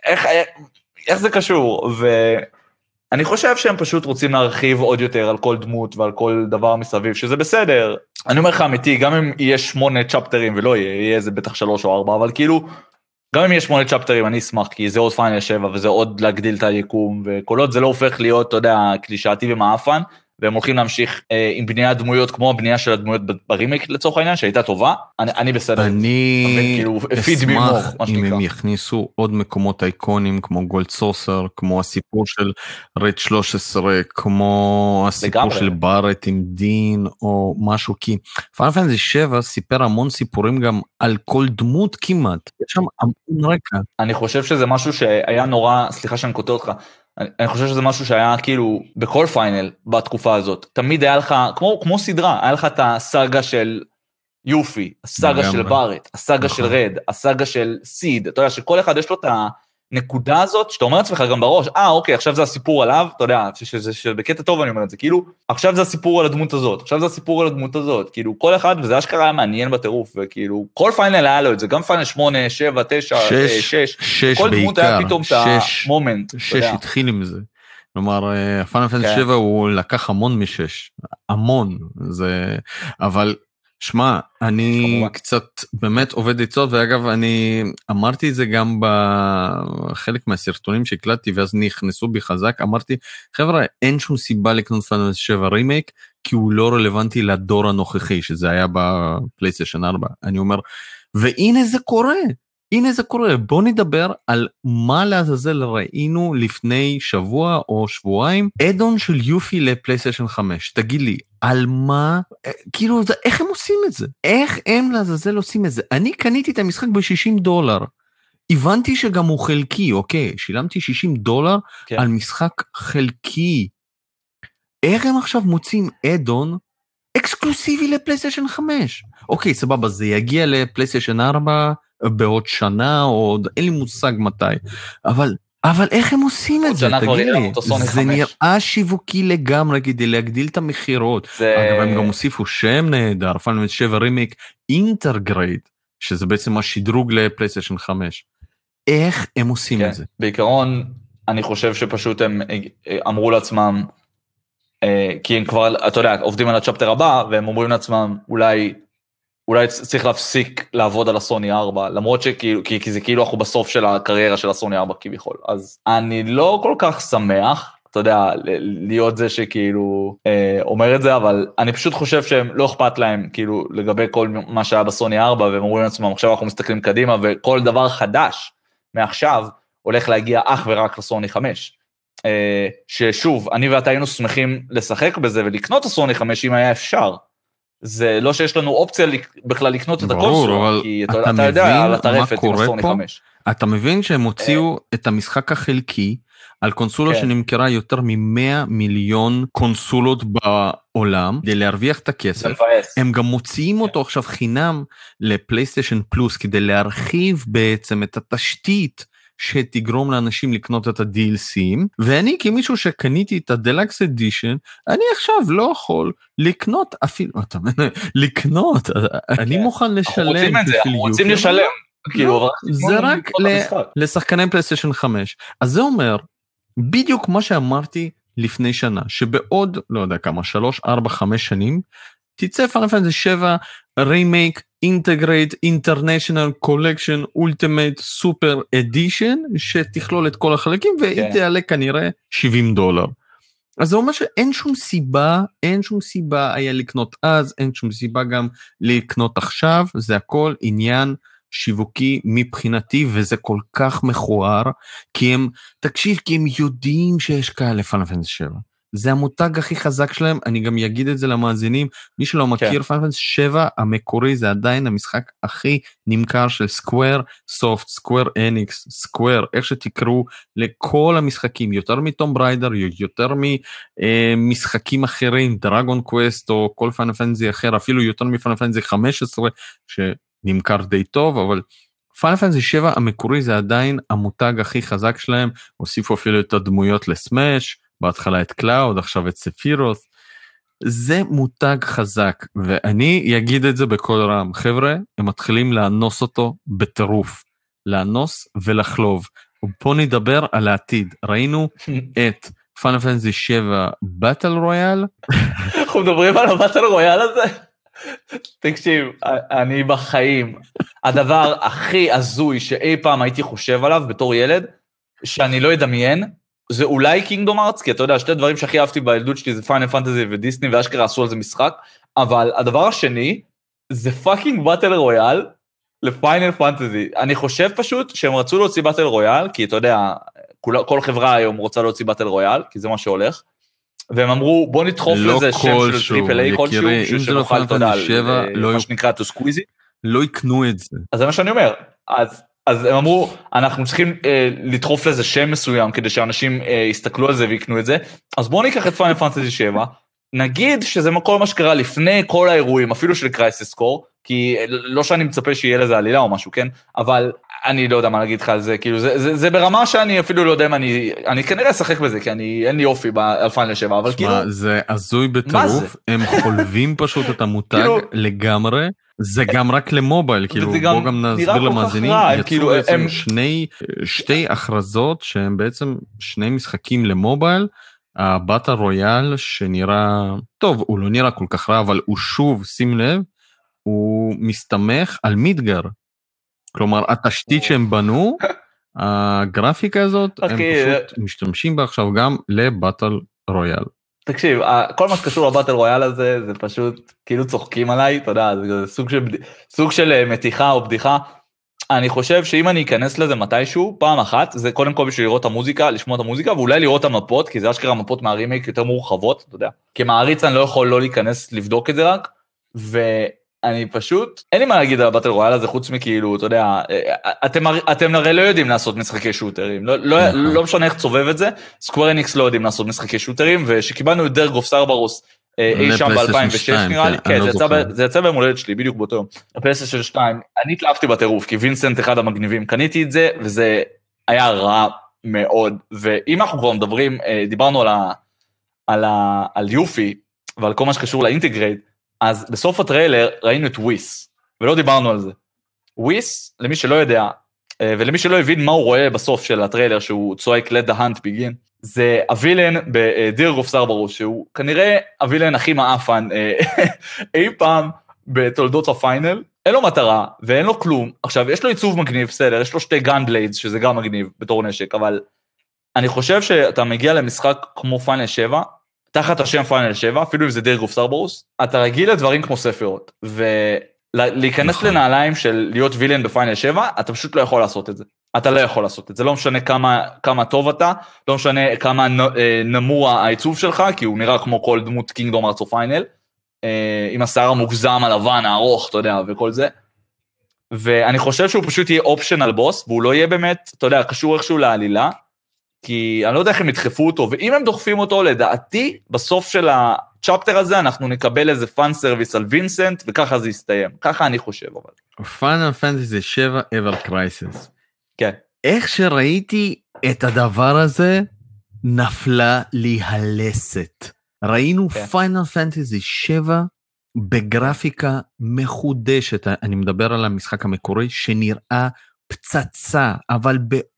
איך זה קשור? ואני חושב שהם פשוט רוצים להרחיב עוד יותר על כל דמות ועל כל דבר מסביב, שזה בסדר. אני אומר לך אמיתי, גם אם יהיה 8 צ'פטרים ולא יהיה איזה בטח 3 או 4, אבל כאילו, גם אם יהיה 8 צ'פטרים אני אשמח, כי זה עוד פיינל 7 וזה עוד להגדיל את היקום, וכל עוד זה לא הופך להיות, אתה יודע, קלישאתי ומאפן, והם הולכים להמשיך עם בניית דמויות, כמו הבנייה של הדמויות ברימייק לצורך העניין, שהייתה טובה, אני בסדר. אני אשמח אם הם יכניסו עוד מקומות אייקונים, כמו גולד סוסר, כמו הסיפור של רד 13, כמו הסיפור של בארט עם דין, או משהו, כי פיינל פנטזי 7 סיפר המון סיפורים גם על כל דמות כמעט, יש שם המון רקע. אני חושב שזה משהו שהיה נורא, סליחה שאני קוטע אותך, אני חושב שזה משהו שהיה כאילו בכל פיינל בתקופה הזאת, תמיד היה לך, כמו סדרה, היה לך את הסאגה של יופי, הסאגה של בארט, הסאגה של רד, הסאגה של סיד, אתה יודע שכל אחד יש לו את הנקודה הזאת, שאתה אומר לעצמך גם בראש, אוקיי, עכשיו זה הסיפור עליו, אתה יודע, שבקטע טוב אני אומר את זה, כאילו, עכשיו זה הסיפור על הדמות הזאת, עכשיו זה הסיפור על הדמות הזאת, כאילו, כל אחד, וזה אשכרה היה מעניין בטירוף, וכאילו, כל פיינל היה לו את זה, גם פיינל 8, 7, 9, 6, כל דמות היה פתאום את המומנט. 6 התחיל עם זה. כלומר, פיינל פנטזי 7 הוא לקח המון מ6, המון, זה, אבל שמע, אני קצת באמת עובד עצות, ואגב, אני אמרתי את זה גם בחלק מהסרטונים שהקלטתי, ואז נכנסו בי חזק, אמרתי, חבר'ה, אין שום סיבה לקנות פיינל פנטזי 7 רימייק, כי הוא לא רלוונטי לדור הנוכחי, שזה היה בפלייסטיישן 4, אני אומר, והנה זה קורה, הנה זה קורה, בוא נדבר על מה לעזאזל ראינו לפני שבוע או שבועיים, אדון של יופי לפלייסטיישן 5, תגיד לי, על מה, כאילו, איך הם עושים את זה? איך הם לעזאזל עושים את זה? אני קניתי את המשחק ב$60, הבנתי שגם הוא חלקי, אוקיי, שילמתי $60 על משחק חלקי, איך הם עכשיו מוצאים אדון אקסקלוסיבי לפלייסטיישן 5? אוקיי, סבבה, זה יגיע לפלייסטיישן 4 בעוד שנה, או אין לי מושג מתי, אבל איך הם עושים את זה? תגיד לי, זה נראה שיווקי לגמרי כדי להגדיל את המחירות. אגב, הם גם הוסיפו שם נהדר, פיינל פנטזי 7 רימייק אינטרגרייד, שזה בעצם השדרוג לפלייסטיישן 5. איך הם עושים את זה? בעיקרון, אני חושב שפשוט הם אמרו לעצמם, כי הם כבר, אתה יודע, עובדים על הצ'פטר הבא, והם אומרים לעצמם, אולי צריך להפסיק לעבוד על הסוני 4, למרות שכאילו, כי זה כאילו אנחנו בסוף של הקריירה של הסוני 4 כביכול, אז אני לא כל כך שמח, אתה יודע, להיות זה שכאילו אומר את זה, אבל אני פשוט חושב שהם לא אכפת להם, כאילו, לגבי כל מה שהיה בסוני 4, והם אומרים לעצמם, עכשיו אנחנו מסתכלים קדימה, וכל דבר חדש מעכשיו הולך להגיע אך ורק לסוני 5. ששוב, אני ואתה היינו שמחים לשחק בזה, ולקנות הסוני 5 אם היה אפשר, זה לא שיש לנו אופציה בכלל לקנות את הקונסולה, כי אתה יודע על הטרפת עם הסוני 5. אתה מבין שהם הוציאו את המשחק החלקי, על קונסולה שנמכרה יותר מ100 מיליון קונסולות בעולם, כדי להרוויח את הכסף, הם גם מוציאים אותו עכשיו חינם לפלייסטיישן פלוס, כדי להרחיב בעצם את התשתית, שתגרום לאנשים לקנות את ה-DLCים, ואני כמישהו שקניתי את ה-Deluxe Edition, אני עכשיו לא יכול לקנות אפילו, אתה מבין, לקנות, אני מוכן לשלם. אנחנו רוצים לשלם. זה רק לשחקני פלייסטיישן 5. אז זה אומר, בדיוק מה שאמרתי לפני שנה, שבעוד, לא יודע כמה, 3, 4, 5 שנים, תצא פיינל פנטזי 7 רימייק אינטגרייט אינטרנשיונל קולקשן אולטימייט סופר אדישן שתכלול את כל החלקים והיא תעלה כנראה $70. אז זה אומר שאין שום סיבה היה לקנות אז, אין שום סיבה גם לקנות עכשיו, זה הכל עניין שיווקי מבחינתי, וזה כל כך מכוער, כי הם יודעים שיש כאלה פיינל פנטזי 7. זה המותג הכי חזק שלהם, אני גם אגיד את זה למאזינים, מי שלא מכיר, פיינל פנטזי 7 המקורי זה עדיין המשחק הכי נמכר של סקוואר סופט, סקוואר אניקס, סקוואר, איך שתקראו לכל המשחקים, יותר מטום בריידר, יותר ממשחקים אחרים, דרגון קווסט או כל פיינל פנטזי אחר, אפילו יותר מפיינל פנטזי 15, נמכר די טוב, אבל פיינל פנטזי 7 המקורי זה עדיין המותג הכי חזק שלהם, הוסיפו אפילו את הדמויות לסמאש, בהתחלה את קלאוד, עכשיו את ספירוס, זה מותג חזק, ואני אגיד את זה בכל רם, חבר'ה, הם מתחילים לאנוס אותו בטירוף, לאנוס ולחלוב, ופה נדבר על העתיד, ראינו את פיינל פנטזי 7 באטל רויאל, אנחנו מדברים על הבאטל רויאל הזה? תקשיב, אני בחיים, הדבר הכי הזוי שאי פעם הייתי חושב עליו בתור ילד, שאני לא אדמיין, זה אולי קינגדום ארץ, כי אתה יודע, שתי דברים שהכי אהבתי בילדות שלי זה פיינל פנטזי ודיסני, ואשכרה עשו על זה משחק, אבל הדבר השני, זה פאקינג באטל רויאל לפיינל פנטזי. אני חושב פשוט שהם רצו להוציא באטל רויאל, כי אתה יודע, כל חברה היום רוצה להוציא באטל רויאל, כי זה מה שהולך, והם אמרו, בוא נדחוף לזה שם של טריפל איי כלשהו, שנוכל, אתה יודע, מה שנקרא to squeeze it. לא יקנו את זה. אז זה מה שאני אומר, אז הם אמרו, אנחנו צריכים לדחוף לזה שם מסוים, כדי שאנשים יסתכלו על זה ויקנו את זה, אז בואו ניקח את פיינל פנטזי 7, נגיד שזה כל מה שקרה לפני כל האירועים, אפילו של קרייסיס קור, כי לא שאני מצפה שיהיה לזה עלילה או משהו, כן? אבל אני לא יודע מה להגיד לך על זה, כאילו זה ברמה שאני אפילו לא יודע אם אני כנראה אשחק בזה, כי אין לי אופי על פיינל 7, אבל כאילו... זה הזוי בטירוף, הם חולבים פשוט את המותג לגמרי, זה גם רק למובייל, כאילו בוא גם נסביר למאזינים, יצאו בעצם שתי הכרזות שהם בעצם שני משחקים למובייל, הבאטל רויאל שנראה, טוב הוא לא נראה כל כך רע, אבל הוא שוב, שים לב, הוא מסתמך על מידגר, כלומר התשתית שהם בנו, הגרפיקה הזאת, הם פשוט משתמשים בה עכשיו גם לבאטל רויאל. תקשיב, כל מה שקשור לבאטל רויאל הזה, זה פשוט כאילו צוחקים עליי, אתה יודע, זה סוג של מתיחה או בדיחה. אני חושב שאם אני אכנס לזה מתישהו, פעם אחת, זה קודם כל בשביל לראות את המוזיקה, לשמוע את המוזיקה, ואולי לראות את המפות, כי זה אשכרה מפות מהרימייק יותר מורחבות, אתה יודע. כמעריץ אני לא יכול לא להיכנס לבדוק את זה רק, ואני פשוט, אין לי מה להגיד על הבאטל רויאל הזה, חוץ מכאילו, אתה יודע, אתם הרי לא יודעים לעשות משחקי שוטרים, לא משנה איך צובב את זה, סקוואר אניקס לא יודעים לעשות משחקי שוטרים, ושקיבלנו את דרגוף סרברוס, אי שם ב-2006 נראה לי, כן, זה יצא במולדת שלי, בדיוק באותו יום, הפלייסטיישן 2, אני התלהבתי בטירוף, כי וינסנט אחד המגניבים, קניתי את זה, וזה היה רע מאוד, ואם אנחנו כבר מדברים, דיברנו על יופי, ועל כל מה שקשור לאינטגרייט, אז בסוף הטריילר ראינו את וויס, ולא דיברנו על זה. וויס, למי שלא יודע, ולמי שלא הבין מה הוא רואה בסוף של הטריילר, שהוא צועק let the hunt begin, זה הווילן בדירגוף סרברוס, שהוא כנראה הווילן הכי מעפן אי פעם בתולדות הפיינל, אין לו מטרה ואין לו כלום, עכשיו יש לו עיצוב מגניב, בסדר, יש לו שתי גאנבליידס, שזה גם מגניב בתור נשק, אבל אני חושב שאתה מגיע למשחק כמו פיינל 7, תחת השם פיינל 7, אפילו אם זה דירגוף סרברוס, אתה רגיל לדברים כמו ספרות, ולהיכנס לנעליים של להיות וילן בפיינל 7, אתה פשוט לא יכול לעשות את זה. אתה לא יכול לעשות את זה, לא משנה כמה טוב אתה, לא משנה כמה נמוע העיצוב שלך, כי הוא נראה כמו כל דמות קינגדום ארץ או פיינל, עם השיער המוגזם הלבן, הארוך, אתה יודע, וכל זה, ואני חושב שהוא פשוט יהיה אופשנל בוס, והוא לא יהיה באמת, אתה יודע, קשור איכשהו לעלילה, כי אני לא יודע איך הם ידחפו אותו, ואם הם דוחפים אותו, לדעתי, בסוף של הצ'פטר הזה, אנחנו נקבל איזה פאן סרוויס על וינסנט, וככה זה יסתיים, ככה אני חושב, אבל. פיינל פנטזי 7 Ever Crisis. כן. איך שראיתי את הדבר הזה, נפלה לי הלסת. ראינו פיינל פנטזי 7 בגרפיקה מחודשת, אני מדבר על המשחק המקורי, שנראה פצצה, אבל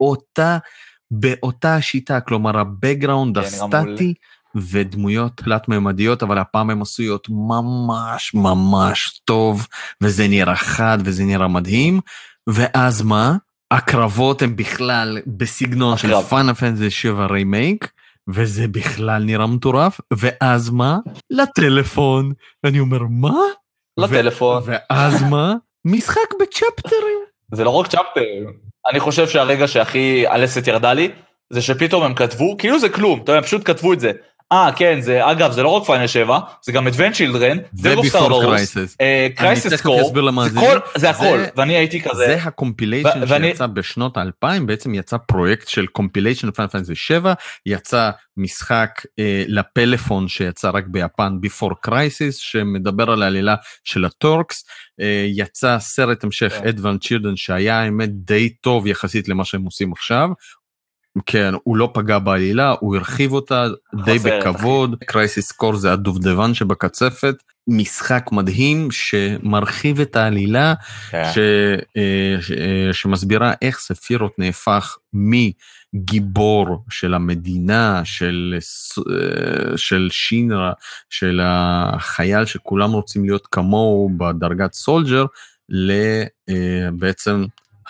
באותה השיטה, כלומר הבקגראונד הסטטי, ודמויות תלת-ממדיות, אבל הפעם הן עשויות ממש ממש טוב, וזה נראה חד, וזה נראה מדהים, ואז מה? הקרבות הן בכלל בסגנון של פיינל פנטזי 7 רימייק, וזה בכלל נראה מטורף, ואז מה? לטלפון. אני אומר, מה? לטלפון. ואז מה? משחק בצ'פטרים. זה לא רק צ'פטרים. אני חושב שהרגע שהכי הלסת ירדה לי, זה שפתאום הם כתבו, כאילו זה כלום, הם פשוט כתבו את זה. כן, אגב, זה לא רק פיינל 7, זה גם Advent Children, ו-Before Crisis. Crisis Core, זה הכל, ואני הייתי כזה. זה הקומפיליישן שיצא בשנות 2000, בעצם יצא פרויקט של קומפיליישן פיינל פנטזי 7, יצא משחק לפלאפון שיצא רק ביפן, Before Crisis, שמדבר על העלילה של הטורקס, יצא סרט המשך Advent Children, שהיה האמת די טוב יחסית למה שהם עושים עכשיו, כן, הוא לא פגע בעלילה, הוא הרחיב אותה די בכבוד, קרייסיס קור זה הדובדבן שבקצפת, משחק מדהים שמרחיב את העלילה, שמסבירה איך ספירות נהפך מגיבור של המדינה, של שינרה, של החייל שכולם רוצים להיות כמוהו בדרגת סולג'ר, לבעצם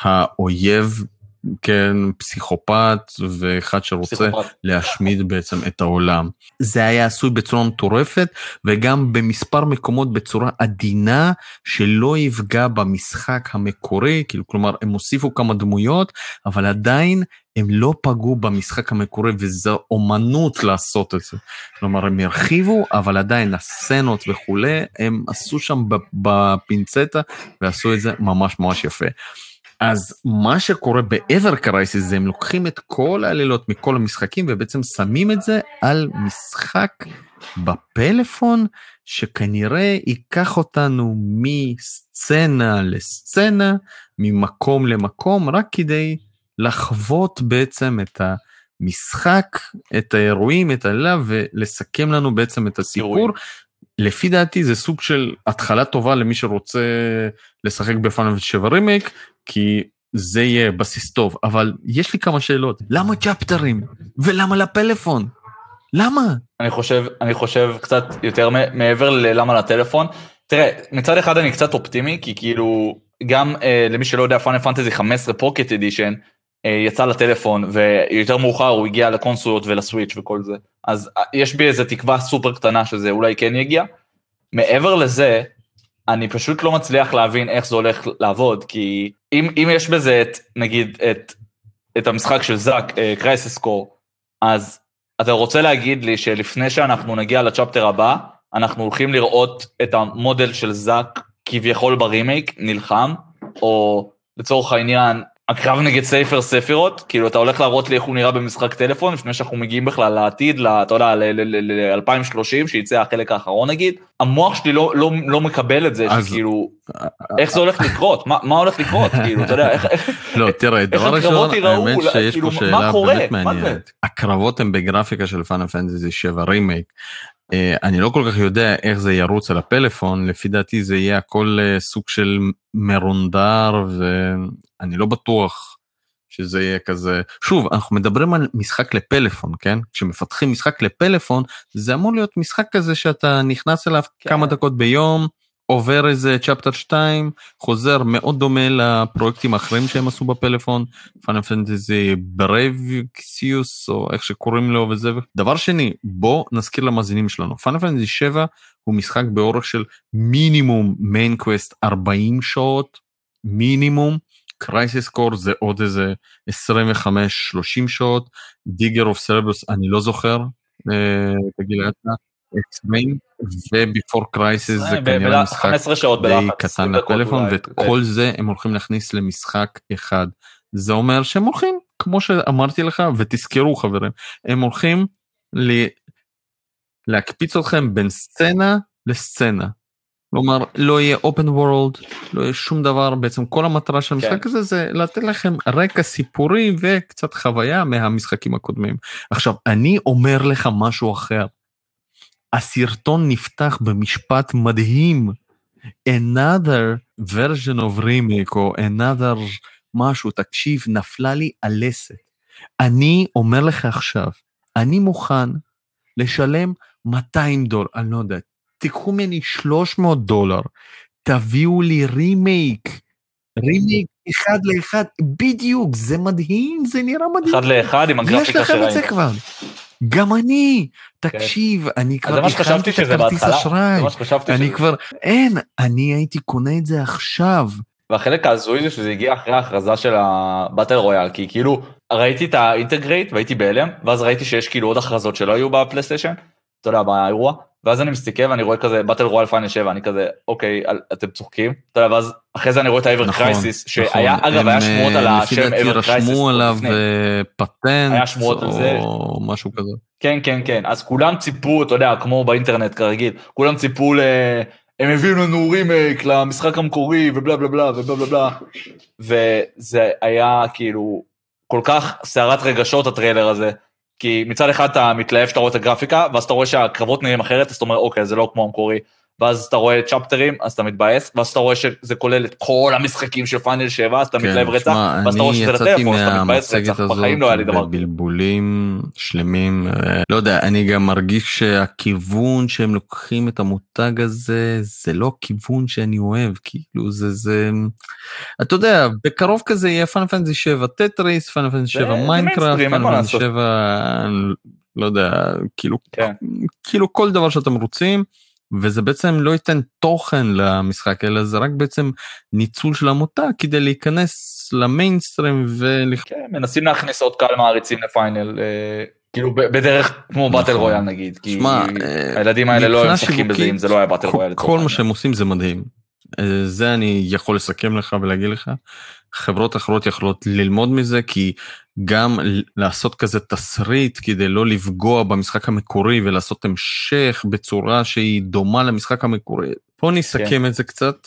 האויב, כן, פסיכופת ואחד שרוצה להשמיד בעצם את העולם. זה היה עשוי בצורה מטורפת, וגם במספר מקומות בצורה עדינה, שלא יפגע במשחק המקורי, כלומר הם הוסיפו כמה דמויות, אבל עדיין הם לא פגעו במשחק המקורי, וזו אומנות לעשות את זה. כלומר הם הרחיבו, אבל עדיין הסצנות וכולי, הם עשו שם בפינצטה, ועשו את זה ממש ממש יפה. אז מה שקורה ב-Ever Crisis זה הם לוקחים את כל העלילות מכל המשחקים ובעצם שמים את זה על משחק בפלאפון שכנראה ייקח אותנו מסצנה לסצנה, ממקום למקום, רק כדי לחוות בעצם את המשחק, את האירועים, את העלילה ולסכם לנו בעצם את הסיפור. לפי דעתי זה סוג של התחלה טובה למי שרוצה לשחק בפיינל 7 רימייק, כי זה יהיה בסיס טוב, אבל יש לי כמה שאלות. למה צ'פטרים? ולמה לפלאפון? למה? אני חושב קצת יותר מעבר ללמה לטלפון. תראה, מצד אחד אני קצת אופטימי, כי כאילו, גם למי שלא יודע, פיינל פנטזי 15 פוקט אדישן, יצא לטלפון, ויותר מאוחר הוא הגיע לקונסולות ולסוויץ' וכל זה. אז יש בי איזו תקווה סופר קטנה שזה אולי כן יגיע. מעבר לזה, אני פשוט לא מצליח להבין איך זה הולך לעבוד, כי אם יש בזה נגיד את המשחק של זאק, Crisis Core, אז אתה רוצה להגיד לי שלפני שאנחנו נגיע לצ'פטר הבא, אנחנו הולכים לראות את המודל של זאק כביכול ברימייק, נלחם, או לצורך העניין, הקרב נגד סייפר ספירות, כאילו אתה הולך להראות לי איך הוא נראה במשחק טלפון, לפני שאנחנו מגיעים בכלל לעתיד, אתה יודע, ל-2030, שיצא החלק האחרון נגיד, המוח שלי לא מקבל את זה, שכאילו, איך זה הולך לקרות? מה הולך לקרות? כאילו, אתה יודע, איך... לא, תראה, דבר ראשון, האמת שיש פה שאלה באמת מעניינת. הקרבות הן בגרפיקה של פיינל פנטזי 7 רימייק, אני לא כל כך יודע איך זה ירוץ על הפלאפון, לפי דעתי זה יהיה הכל סוג של מרונדר, ואני לא בטוח שזה יהיה כזה. שוב, אנחנו מדברים על משחק לפלאפון, כן? כשמפתחים משחק לפלאפון, זה אמור להיות משחק כזה שאתה נכנס אליו כמה דקות ביום, עובר איזה צ'פטר 2, חוזר מאוד דומה לפרויקטים האחרים שהם עשו בפלאפון, פיינל פנטזי ברייבקסיוס, או איך שקוראים לו וזה. דבר שני, בוא נזכיר למאזינים שלנו, פיינל פנטזי 7 הוא משחק באורך של מינימום מיין קווסט 40 שעות, מינימום, קרייסיס קור זה עוד איזה 25-30 שעות, דיגר אוף סרברוס אני לא זוכר, תגיד לי אתה, ו-Before Crisis זה כנראה משחק די קטן לפלאפון, ואת כל זה הם הולכים להכניס למשחק אחד. זה אומר שהם הולכים, כמו שאמרתי לך, ותזכרו חברים, הם הולכים להקפיץ אתכם בין סצנה לסצנה. כלומר, לא יהיה open world, לא יהיה שום דבר, בעצם כל המטרה של המשחק הזה זה לתת לכם רקע סיפורי וקצת חוויה מהמשחקים הקודמים. עכשיו, אני אומר לך משהו אחר. הסרטון נפתח במשפט מדהים, another version of remake, או another משהו, תקשיב, נפלה לי הלסת. אני אומר לך עכשיו, אני מוכן לשלם $200, אני לא יודע, תיקחו ממני $300, תביאו לי רימייק אחד לאחד, בדיוק, זה מדהים, זה נראה מדהים. אחד לאחד עם הגרפיקה שראינו. יש לכם את זה כבר. גם אני, תקשיב, אני כבר הכנתי את הכרטיס אשראי, אני כבר, אין, אני הייתי קונה את זה עכשיו. והחלק הזוי זה שזה הגיע אחרי ההכרזה של הבטל רויאל, כי כאילו ראיתי את האינטגרייט והייתי בהלם, ואז ראיתי שיש כאילו עוד הכרזות שלא היו בפלייסטיישן, אתה יודע, באירוע, ואז אני מסתכל ואני רואה כזה, באטל רויאל פיינל 7, אני כזה, אוקיי, אתם צוחקים, אתה יודע, ואז אחרי זה אני רואה את האבר קרייסיס, שהיה, אגב, היה שמועות על השם אבר קרייסיס, רשמו עליו פטנט, או משהו כזה. כן, כן, כן, אז כולם ציפו, אתה יודע, כמו באינטרנט כרגיל, כולם ציפו הם הביאו לנו רימייק למשחק המקורי, ובלה בלה בלה, ובלה בלה בלה, וזה היה כאילו, כל כך סערת רגשות הטריילר הזה, כי מצד אחד אתה מתלהב שאתה רואה את הגרפיקה, ואז אתה רואה שהקרבות נראים אחרת, אז אתה אומר, אוקיי, זה לא כמו המקורי, ואז אתה רואה צ'פטרים, אז אתה מתבאס, ואז אתה רואה שזה כולל את כל המשחקים של פיינל 7, אז אתה מתלהב רצח, ואז אתה רואה שזה לטלפון, אז אתה מתבאס רצח, בחיים לא היה לי דבר. בלבולים שלמים, לא יודע, אני גם מרגיש שהכיוון שהם לוקחים את המותג הזה, זה לא כיוון שאני אוהב, כאילו זה, אתה יודע, בקרוב כזה יהיה פיינל פנטזי 7 טטריס, פיינל פנטזי 7 מיינקראפט, פיינל פנטזי 7, לא יודע, כאילו כל דבר שאתם רוצים, וזה בעצם לא ייתן תוכן למשחק, אלא זה רק בעצם ניצול של המותג, כדי להיכנס למיינסטרים כן, מנסים להכניס עוד קהל מעריצים לפיינל, כאילו בדרך כמו באטל רויאל נגיד, כי הילדים האלה לא היו משחקים בזה, אם זה לא היה באטל רויאל. כל מה שהם עושים זה מדהים. זה אני יכול לסכם לך ולהגיד לך, חברות אחרות יכולות ללמוד מזה, כי גם לעשות כזה תסריט, כדי לא לפגוע במשחק המקורי, ולעשות המשך בצורה שהיא דומה למשחק המקורי. פה נסכם את זה קצת,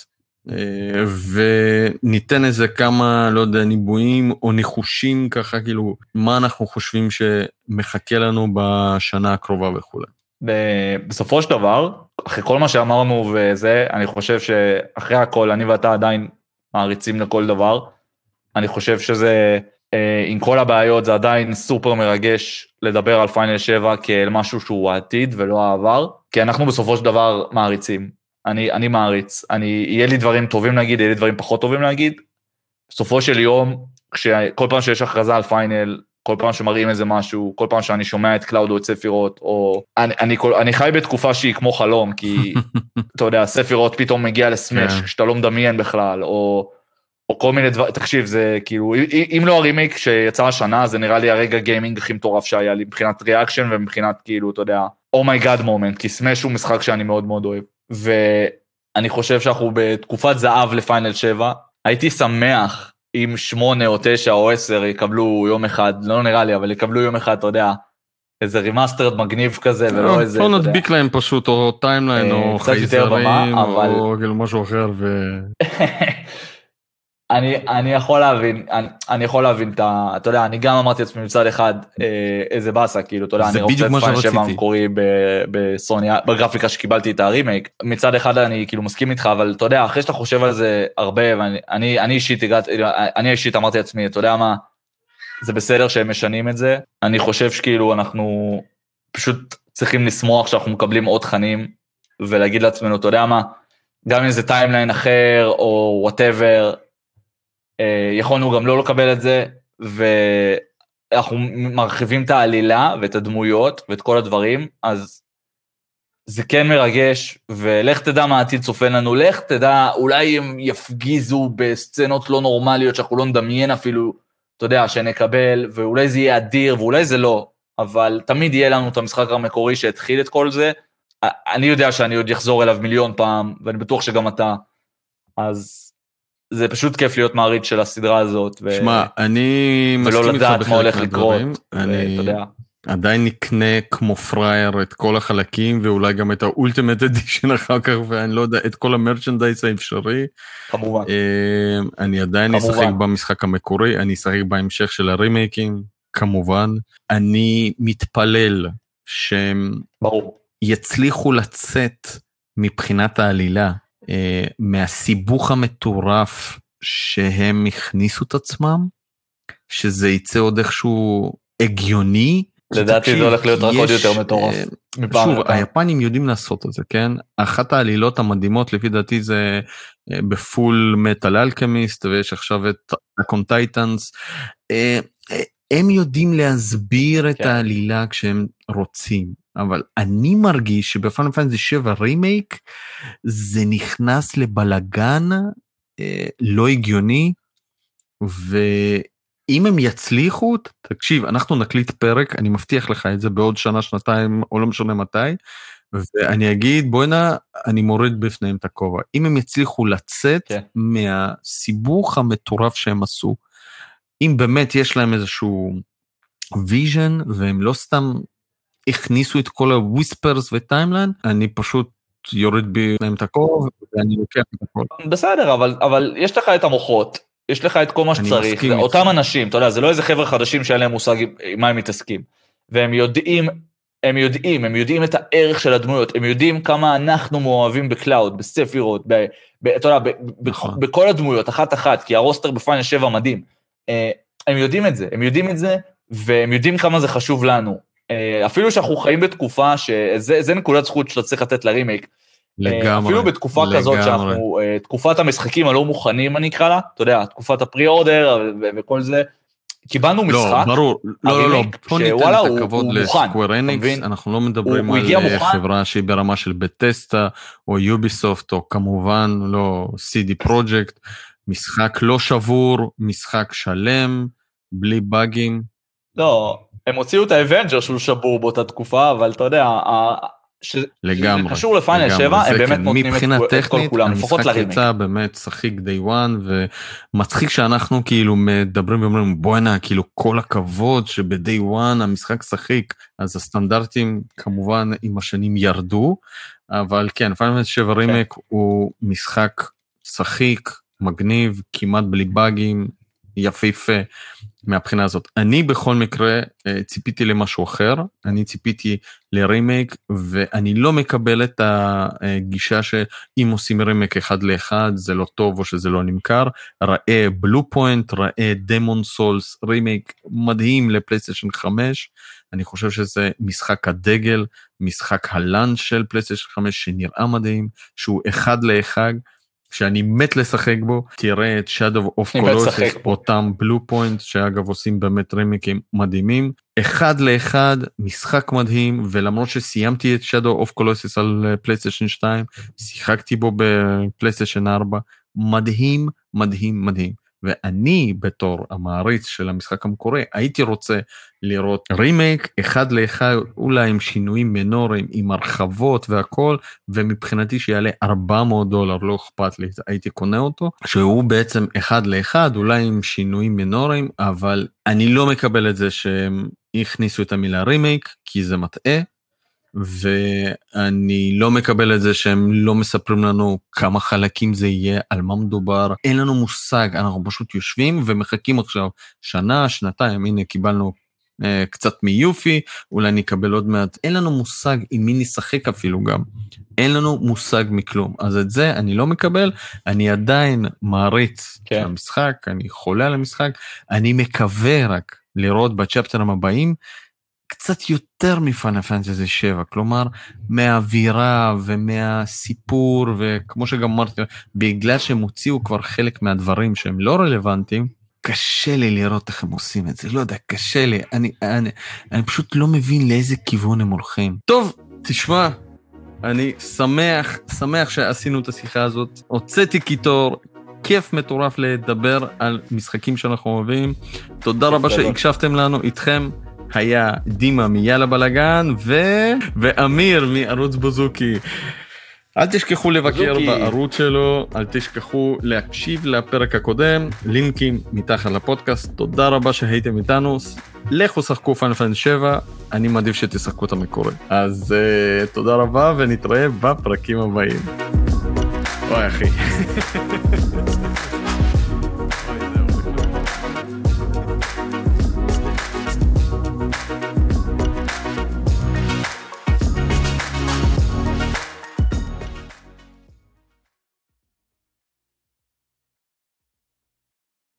וניתן איזה כמה, לא יודע, ניבויים או ניחושים ככה, כאילו, מה אנחנו חושבים שמחכה לנו בשנה הקרובה וכו'. בסופו של דבר, אחרי כל מה שאמרנו וזה, אני חושב שאחרי הכל, אני ואתה עדיין מעריצים לכל דבר, אני חושב שזה, עם כל הבעיות, זה עדיין סופר מרגש לדבר על פיינל 7 כאל משהו שהוא העתיד ולא העבר, כי אנחנו בסופו של דבר מעריצים. אני מעריץ, יהיה לי דברים טובים להגיד, יהיה לי דברים פחות טובים להגיד, בסופו של יום, כל פעם שיש הכרזה על פיינל, כל פעם שמראים איזה משהו, כל פעם שאני שומע את קלאוד או את ספירות, או אני חי בתקופה שהיא כמו חלום, כי אתה יודע, ספירות פתאום מגיע לסמש, שאתה לא מדמיין בכלל, או כל מיני דבר, תקשיב, זה כאילו, אם לא הרימייק שיצא השנה, זה נראה לי הרגע גיימינג הכי מטורף שהיה לי, מבחינת ריאקשן ומבחינת כאילו, אתה יודע, אומייגאד מומנט, כי סמש הוא משחק שאני מאוד מאוד אוהב, ואני חושב שאנחנו בתקופת זהב לפיינל 7, הייתי שמח אם 8 או 9 או 10 יקבלו יום אחד, לא נראה לי, אבל יקבלו יום אחד, אתה יודע, איזה רימאסטרד מגניב כזה, ולא איזה, לא נדביק להם פשוט, או טיימליין, או חייזרים, או כאילו משהו אחר, אני יכול להבין אתה יודע, אני גם אמרתי לעצמי מצד אחד, איזה באסה, כאילו, אתה יודע, אני רוצה את פיינל 7 המקורי בסוני, בגרפיקה שקיבלתי את הרימייק, מצד אחד אני כאילו מסכים איתך, אבל אתה יודע, אחרי שאתה חושב על זה הרבה, ואני אישית אמרתי לעצמי, אתה יודע מה, זה בסדר שהם משנים את זה, אני חושב שכאילו אנחנו פשוט צריכים לשמוח שאנחנו מקבלים עוד תכנים, ולהגיד לעצמנו, אתה יודע מה, גם אם זה טיימליין אחר, או whatever, יכולנו גם לא לקבל את זה, ואנחנו מרחיבים את העלילה ואת הדמויות ואת כל הדברים, אז זה כן מרגש, ולך תדע מה העתיד צופן לנו, לך תדע, אולי הם יפגיזו בסצנות לא נורמליות, שאנחנו לא נדמיין אפילו, אתה יודע, שנקבל, ואולי זה יהיה אדיר, ואולי זה לא, אבל תמיד יהיה לנו את המשחק המקורי שהתחיל את כל זה, אני יודע שאני עוד יחזור אליו מיליון פעם, ואני בטוח שגם אתה, אז זה פשוט כיף להיות מעריץ של הסדרה הזאת. שמע, אני מסכים איתך בחלק מהדברים. אני עדיין נקנה כמו פרייר את כל החלקים, ואולי גם את האולטימט אדישן אחר כך, ואני לא יודע, את כל המרצ'נדייס האפשרי. כמובן. אני עדיין אשחק במשחק המקורי, אני אשחק בהמשך של הרימייקים, כמובן. אני מתפלל שהם יצליחו לצאת מבחינת העלילה, מהסיבוך המטורף שהם הכניסו את עצמם, שזה יצא עוד איכשהו הגיוני. לדעתי זה הולך להיות רק עוד יותר מטורף. שוב, היפנים יודעים לעשות את זה, כן? אחת העלילות המדהימות לפי דעתי זה בפול מטל אלכמיסט, ויש עכשיו את אקון טייטנס, הם יודעים להסביר את העלילה כשהם רוצים. אבל אני מרגיש שבפיינל פנטזי 7 רימייק, זה נכנס לבלגן לא הגיוני, אם הם יצליחו, תקשיב, אנחנו נקליט פרק, אני מבטיח לך את זה בעוד שנה, שנתיים, או לא משנה מתי, ואני אגיד, בוא'נה, אני מוריד בפניהם את הכובע. אם הם יצליחו לצאת מהסיבוך המטורף שהם עשו, אם באמת יש להם איזשהו ויז'ן, והם לא סתם הכניסו את כל הוויספרס וטיימליין, אני פשוט יוריד בפניהם את הכובע, ואני לוקח את הכל. בסדר, אבל יש לך את המוחות, יש לך את כל מה שצריך, אותם אנשים, אתה יודע, זה לא איזה חבר'ה חדשים שאין להם מושג עם מה הם מתעסקים, והם יודעים את הערך של הדמויות, הם יודעים כמה אנחנו מאוהבים בקלאוד, בספירות, אתה יודע, בכל הדמויות, אחת, כי הרוסטר בפיינל 7 מדהים, הם יודעים את זה, והם יודעים כמה זה חשוב לנו, אפילו שאנחנו חיים בתקופה, שזה נקודת זכות שאתה צריך לתת לרימייק, לגמרי, אפילו בתקופה כזאת שאנחנו, תקופת המשחקים הלא מוכנים אני אקרא לה, אתה יודע, תקופת הפרי-אורדר וכל זה, קיבלנו משחק, לא, ברור, לא, פה ניתן את הכבוד לסקוור אניקס, אנחנו לא מדברים על חברה שהיא ברמה של בטסטה, או יוביסופט, או כמובן לא CD פרוג'קט, משחק לא שבור, משחק שלם, בלי באגים. לא, הם הוציאו את האבנג'ר שהוא שבור באותה תקופה, אבל אתה יודע, לגמרי, קשור לפיינל 7, הם באמת נותנים את כל כולם, לפחות לרימייק. המשחק יצא באמת שחיק די וואן, ומצחיק שאנחנו כאילו מדברים ואומרים, בואנה, כאילו כל הכבוד שבדי וואן המשחק שחיק, אז הסטנדרטים כמובן עם השנים ירדו, אבל כן, פיינל 7 רימייק הוא משחק שחיק, מגניב, כמעט בלי באגים, יפהפה מהבחינה הזאת. אני בכל מקרה ציפיתי למשהו אחר, אני ציפיתי לרימייק, ואני לא מקבל את הגישה שאם עושים רימייק אחד לאחד, זה לא טוב או שזה לא נמכר. ראה בלו פוינט, ראה דמון סולס, רימייק מדהים לפלייסטיישן 5, אני חושב שזה משחק הדגל, משחק הלאנץ' של פלייסטיישן 5 שנראה מדהים, שהוא אחד לאחד, שאני מת לשחק בו, תראה את Shadow of Colossus, אותם בלו פוינט, שאגב עושים באמת רימיקים מדהימים, אחד לאחד, משחק מדהים, ולמרות שסיימתי את Shadow of Colossus על פלייסטיישן 2, שיחקתי בו בפלייסטיישן 4, מדהים, מדהים, מדהים. ואני בתור המעריץ של המשחק המקורי, הייתי רוצה לראות רימייק אחד לאחד, אולי עם שינויים מינוריים, עם הרחבות והכל, ומבחינתי שיעלה $400, לא אכפת לי, הייתי קונה אותו, שהוא בעצם אחד לאחד, אולי עם שינויים מינוריים, אבל אני לא מקבל את זה שהם הכניסו את המילה רימייק, כי זה מטעה, ואני לא מקבל את זה שהם לא מספרים לנו כמה חלקים זה יהיה, על מה מדובר, אין לנו מושג, אנחנו פשוט יושבים ומחכים עכשיו שנה, שנתיים, הנה קיבלנו קצת מיופי, אולי נקבל עוד מעט, אין לנו מושג עם מי נשחק אפילו גם, אין לנו מושג מכלום, אז את זה אני לא מקבל, אני עדיין מעריץ של המשחק, אני חולה על המשחק, אני מקווה רק לראות בצ'פטרים הבאים, קצת יותר מפיינל פנטזי 7, כלומר, מהאווירה ומהסיפור, וכמו שגם אמרתי, בגלל שהם הוציאו כבר חלק מהדברים שהם לא רלוונטיים, קשה לי לראות איך הם עושים את זה, לא יודע, קשה לי, אני פשוט לא מבין לאיזה כיוון הם הולכים. טוב, תשמע, אני שמח שעשינו את השיחה הזאת, הוצאתי קיטור, כיף מטורף לדבר על משחקים שאנחנו אוהבים, תודה רבה שהקשבתם לנו, איתכם, היה דימה מיאללה בלגן ואמיר מערוץ בוזוקי. אל תשכחו לבקר בערוץ שלו, אל תשכחו להקשיב לפרק הקודם, לינקים מתחת לפודקאסט, תודה רבה שהייתם איתנו, לכו שחקו פיינל פנטזי 7, אני מעדיף שתשחקו את המקורי. אז תודה רבה ונתראה בפרקים הבאים. אוי אחי.